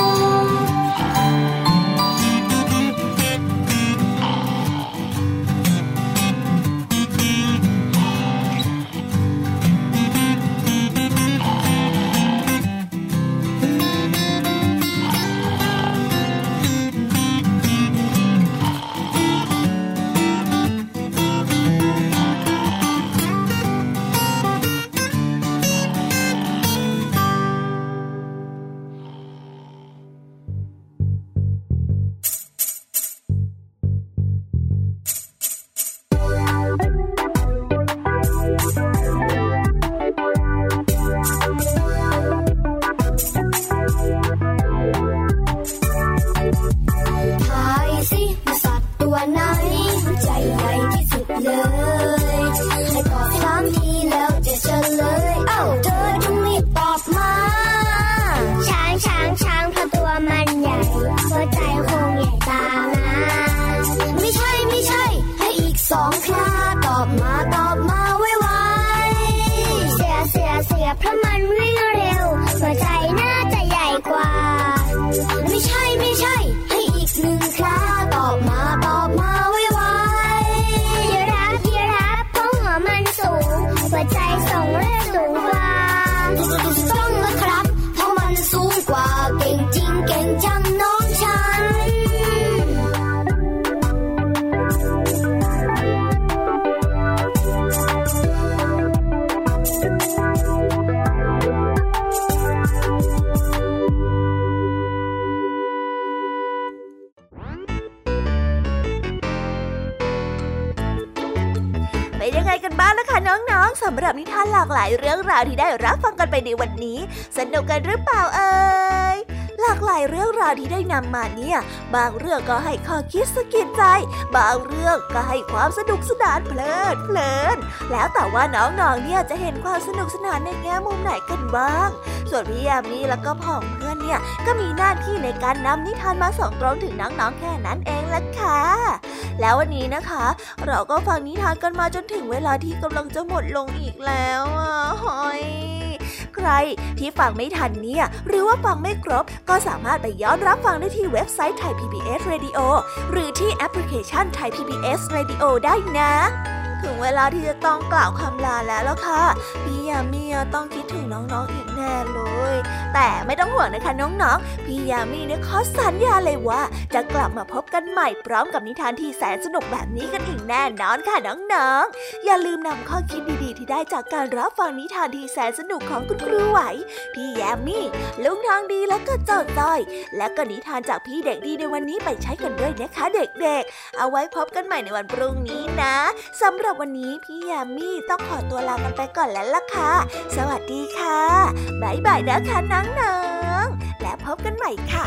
A: สำหรับนิทานหลากหลายเรื่องราวที่ได้รับฟังกันไปในวันนี้สนุกกันหรือเปล่าเอ่ยหลากหลายเรื่องราวที่ได้นำมาเนี่ยบางเรื่องก็ให้ข้อคิดสะกิดใจบางเรื่องก็ให้ความสนุกสนานเพลินแล้วแต่ว่าน้องๆเนี่ยจะเห็นความสนุกสนานในแง่มุมไหนกันบ้างส่วนพี่ยามีแล้วก็พ่องเพื่อนเนี่ยก็มีหน้าที่ในการนำนิทานมาส่งตรงถึงน้องๆแค่นั้นเองล่ะค่ะแล้ววันนี้นะคะเราก็ฟังนิทานกันมาจนถึงเวลาที่กำลังจะหมดลงอีกแล้วหอยใครที่ฟังไม่ทันเนี่ยหรือว่าฟังไม่ครบก็สามารถไปย้อนรับฟังได้ที่เว็บไซต์ Thai PBS Radio หรือที่แอปพลิเคชัน Thai PBS Radio ได้นะถึงเวลาที่จะต้องกล่าวคำลาแล้วล่ะค่ะพี่ยามีต้องคิดถึงน้องๆอีกแน่เลยแต่ไม่ต้องห่วงนะคะน้องๆพี่ยามีเนี่ยขอสัญญาเลยว่าจะกลับมาพบกันใหม่พร้อมกับนิทานที่แสนสนุกแบบนี้กันอีกแน่นอนค่ะน้องๆอย่าลืมนำข้อคิดดีๆที่ได้จากการรับฟังนิทานที่แสนสนุกของคุณครูไหวพี่ยามีลุงทองดีแล้วก็เจ้าจ้อยและก็นิทานจากพี่เด็กดีในวันนี้ไปใช้กันด้วยนะคะเด็กๆเอาไว้พบกันใหม่ในวันพรุ่งนี้นะสำหรับวันนี้พี่ยามีต้องขอตัวลากันไปก่อนแล้วล่ะค่ะสวัสดีค่ะบ๊ายบายนะคะน้องๆและพบกันใหม่ค่ะ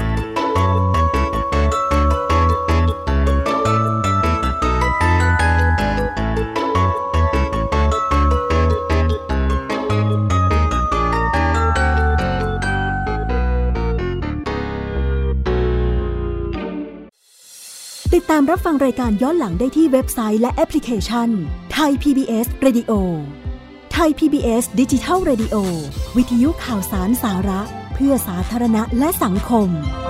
M: ติดตามรับฟังรายการย้อนหลังได้ที่เว็บไซต์และแอปพลิเคชัน Thai PBS Radio ไทย PBS Digital Radio วิทยุข่าวสารสาระเพื่อสาธารณะและสังคม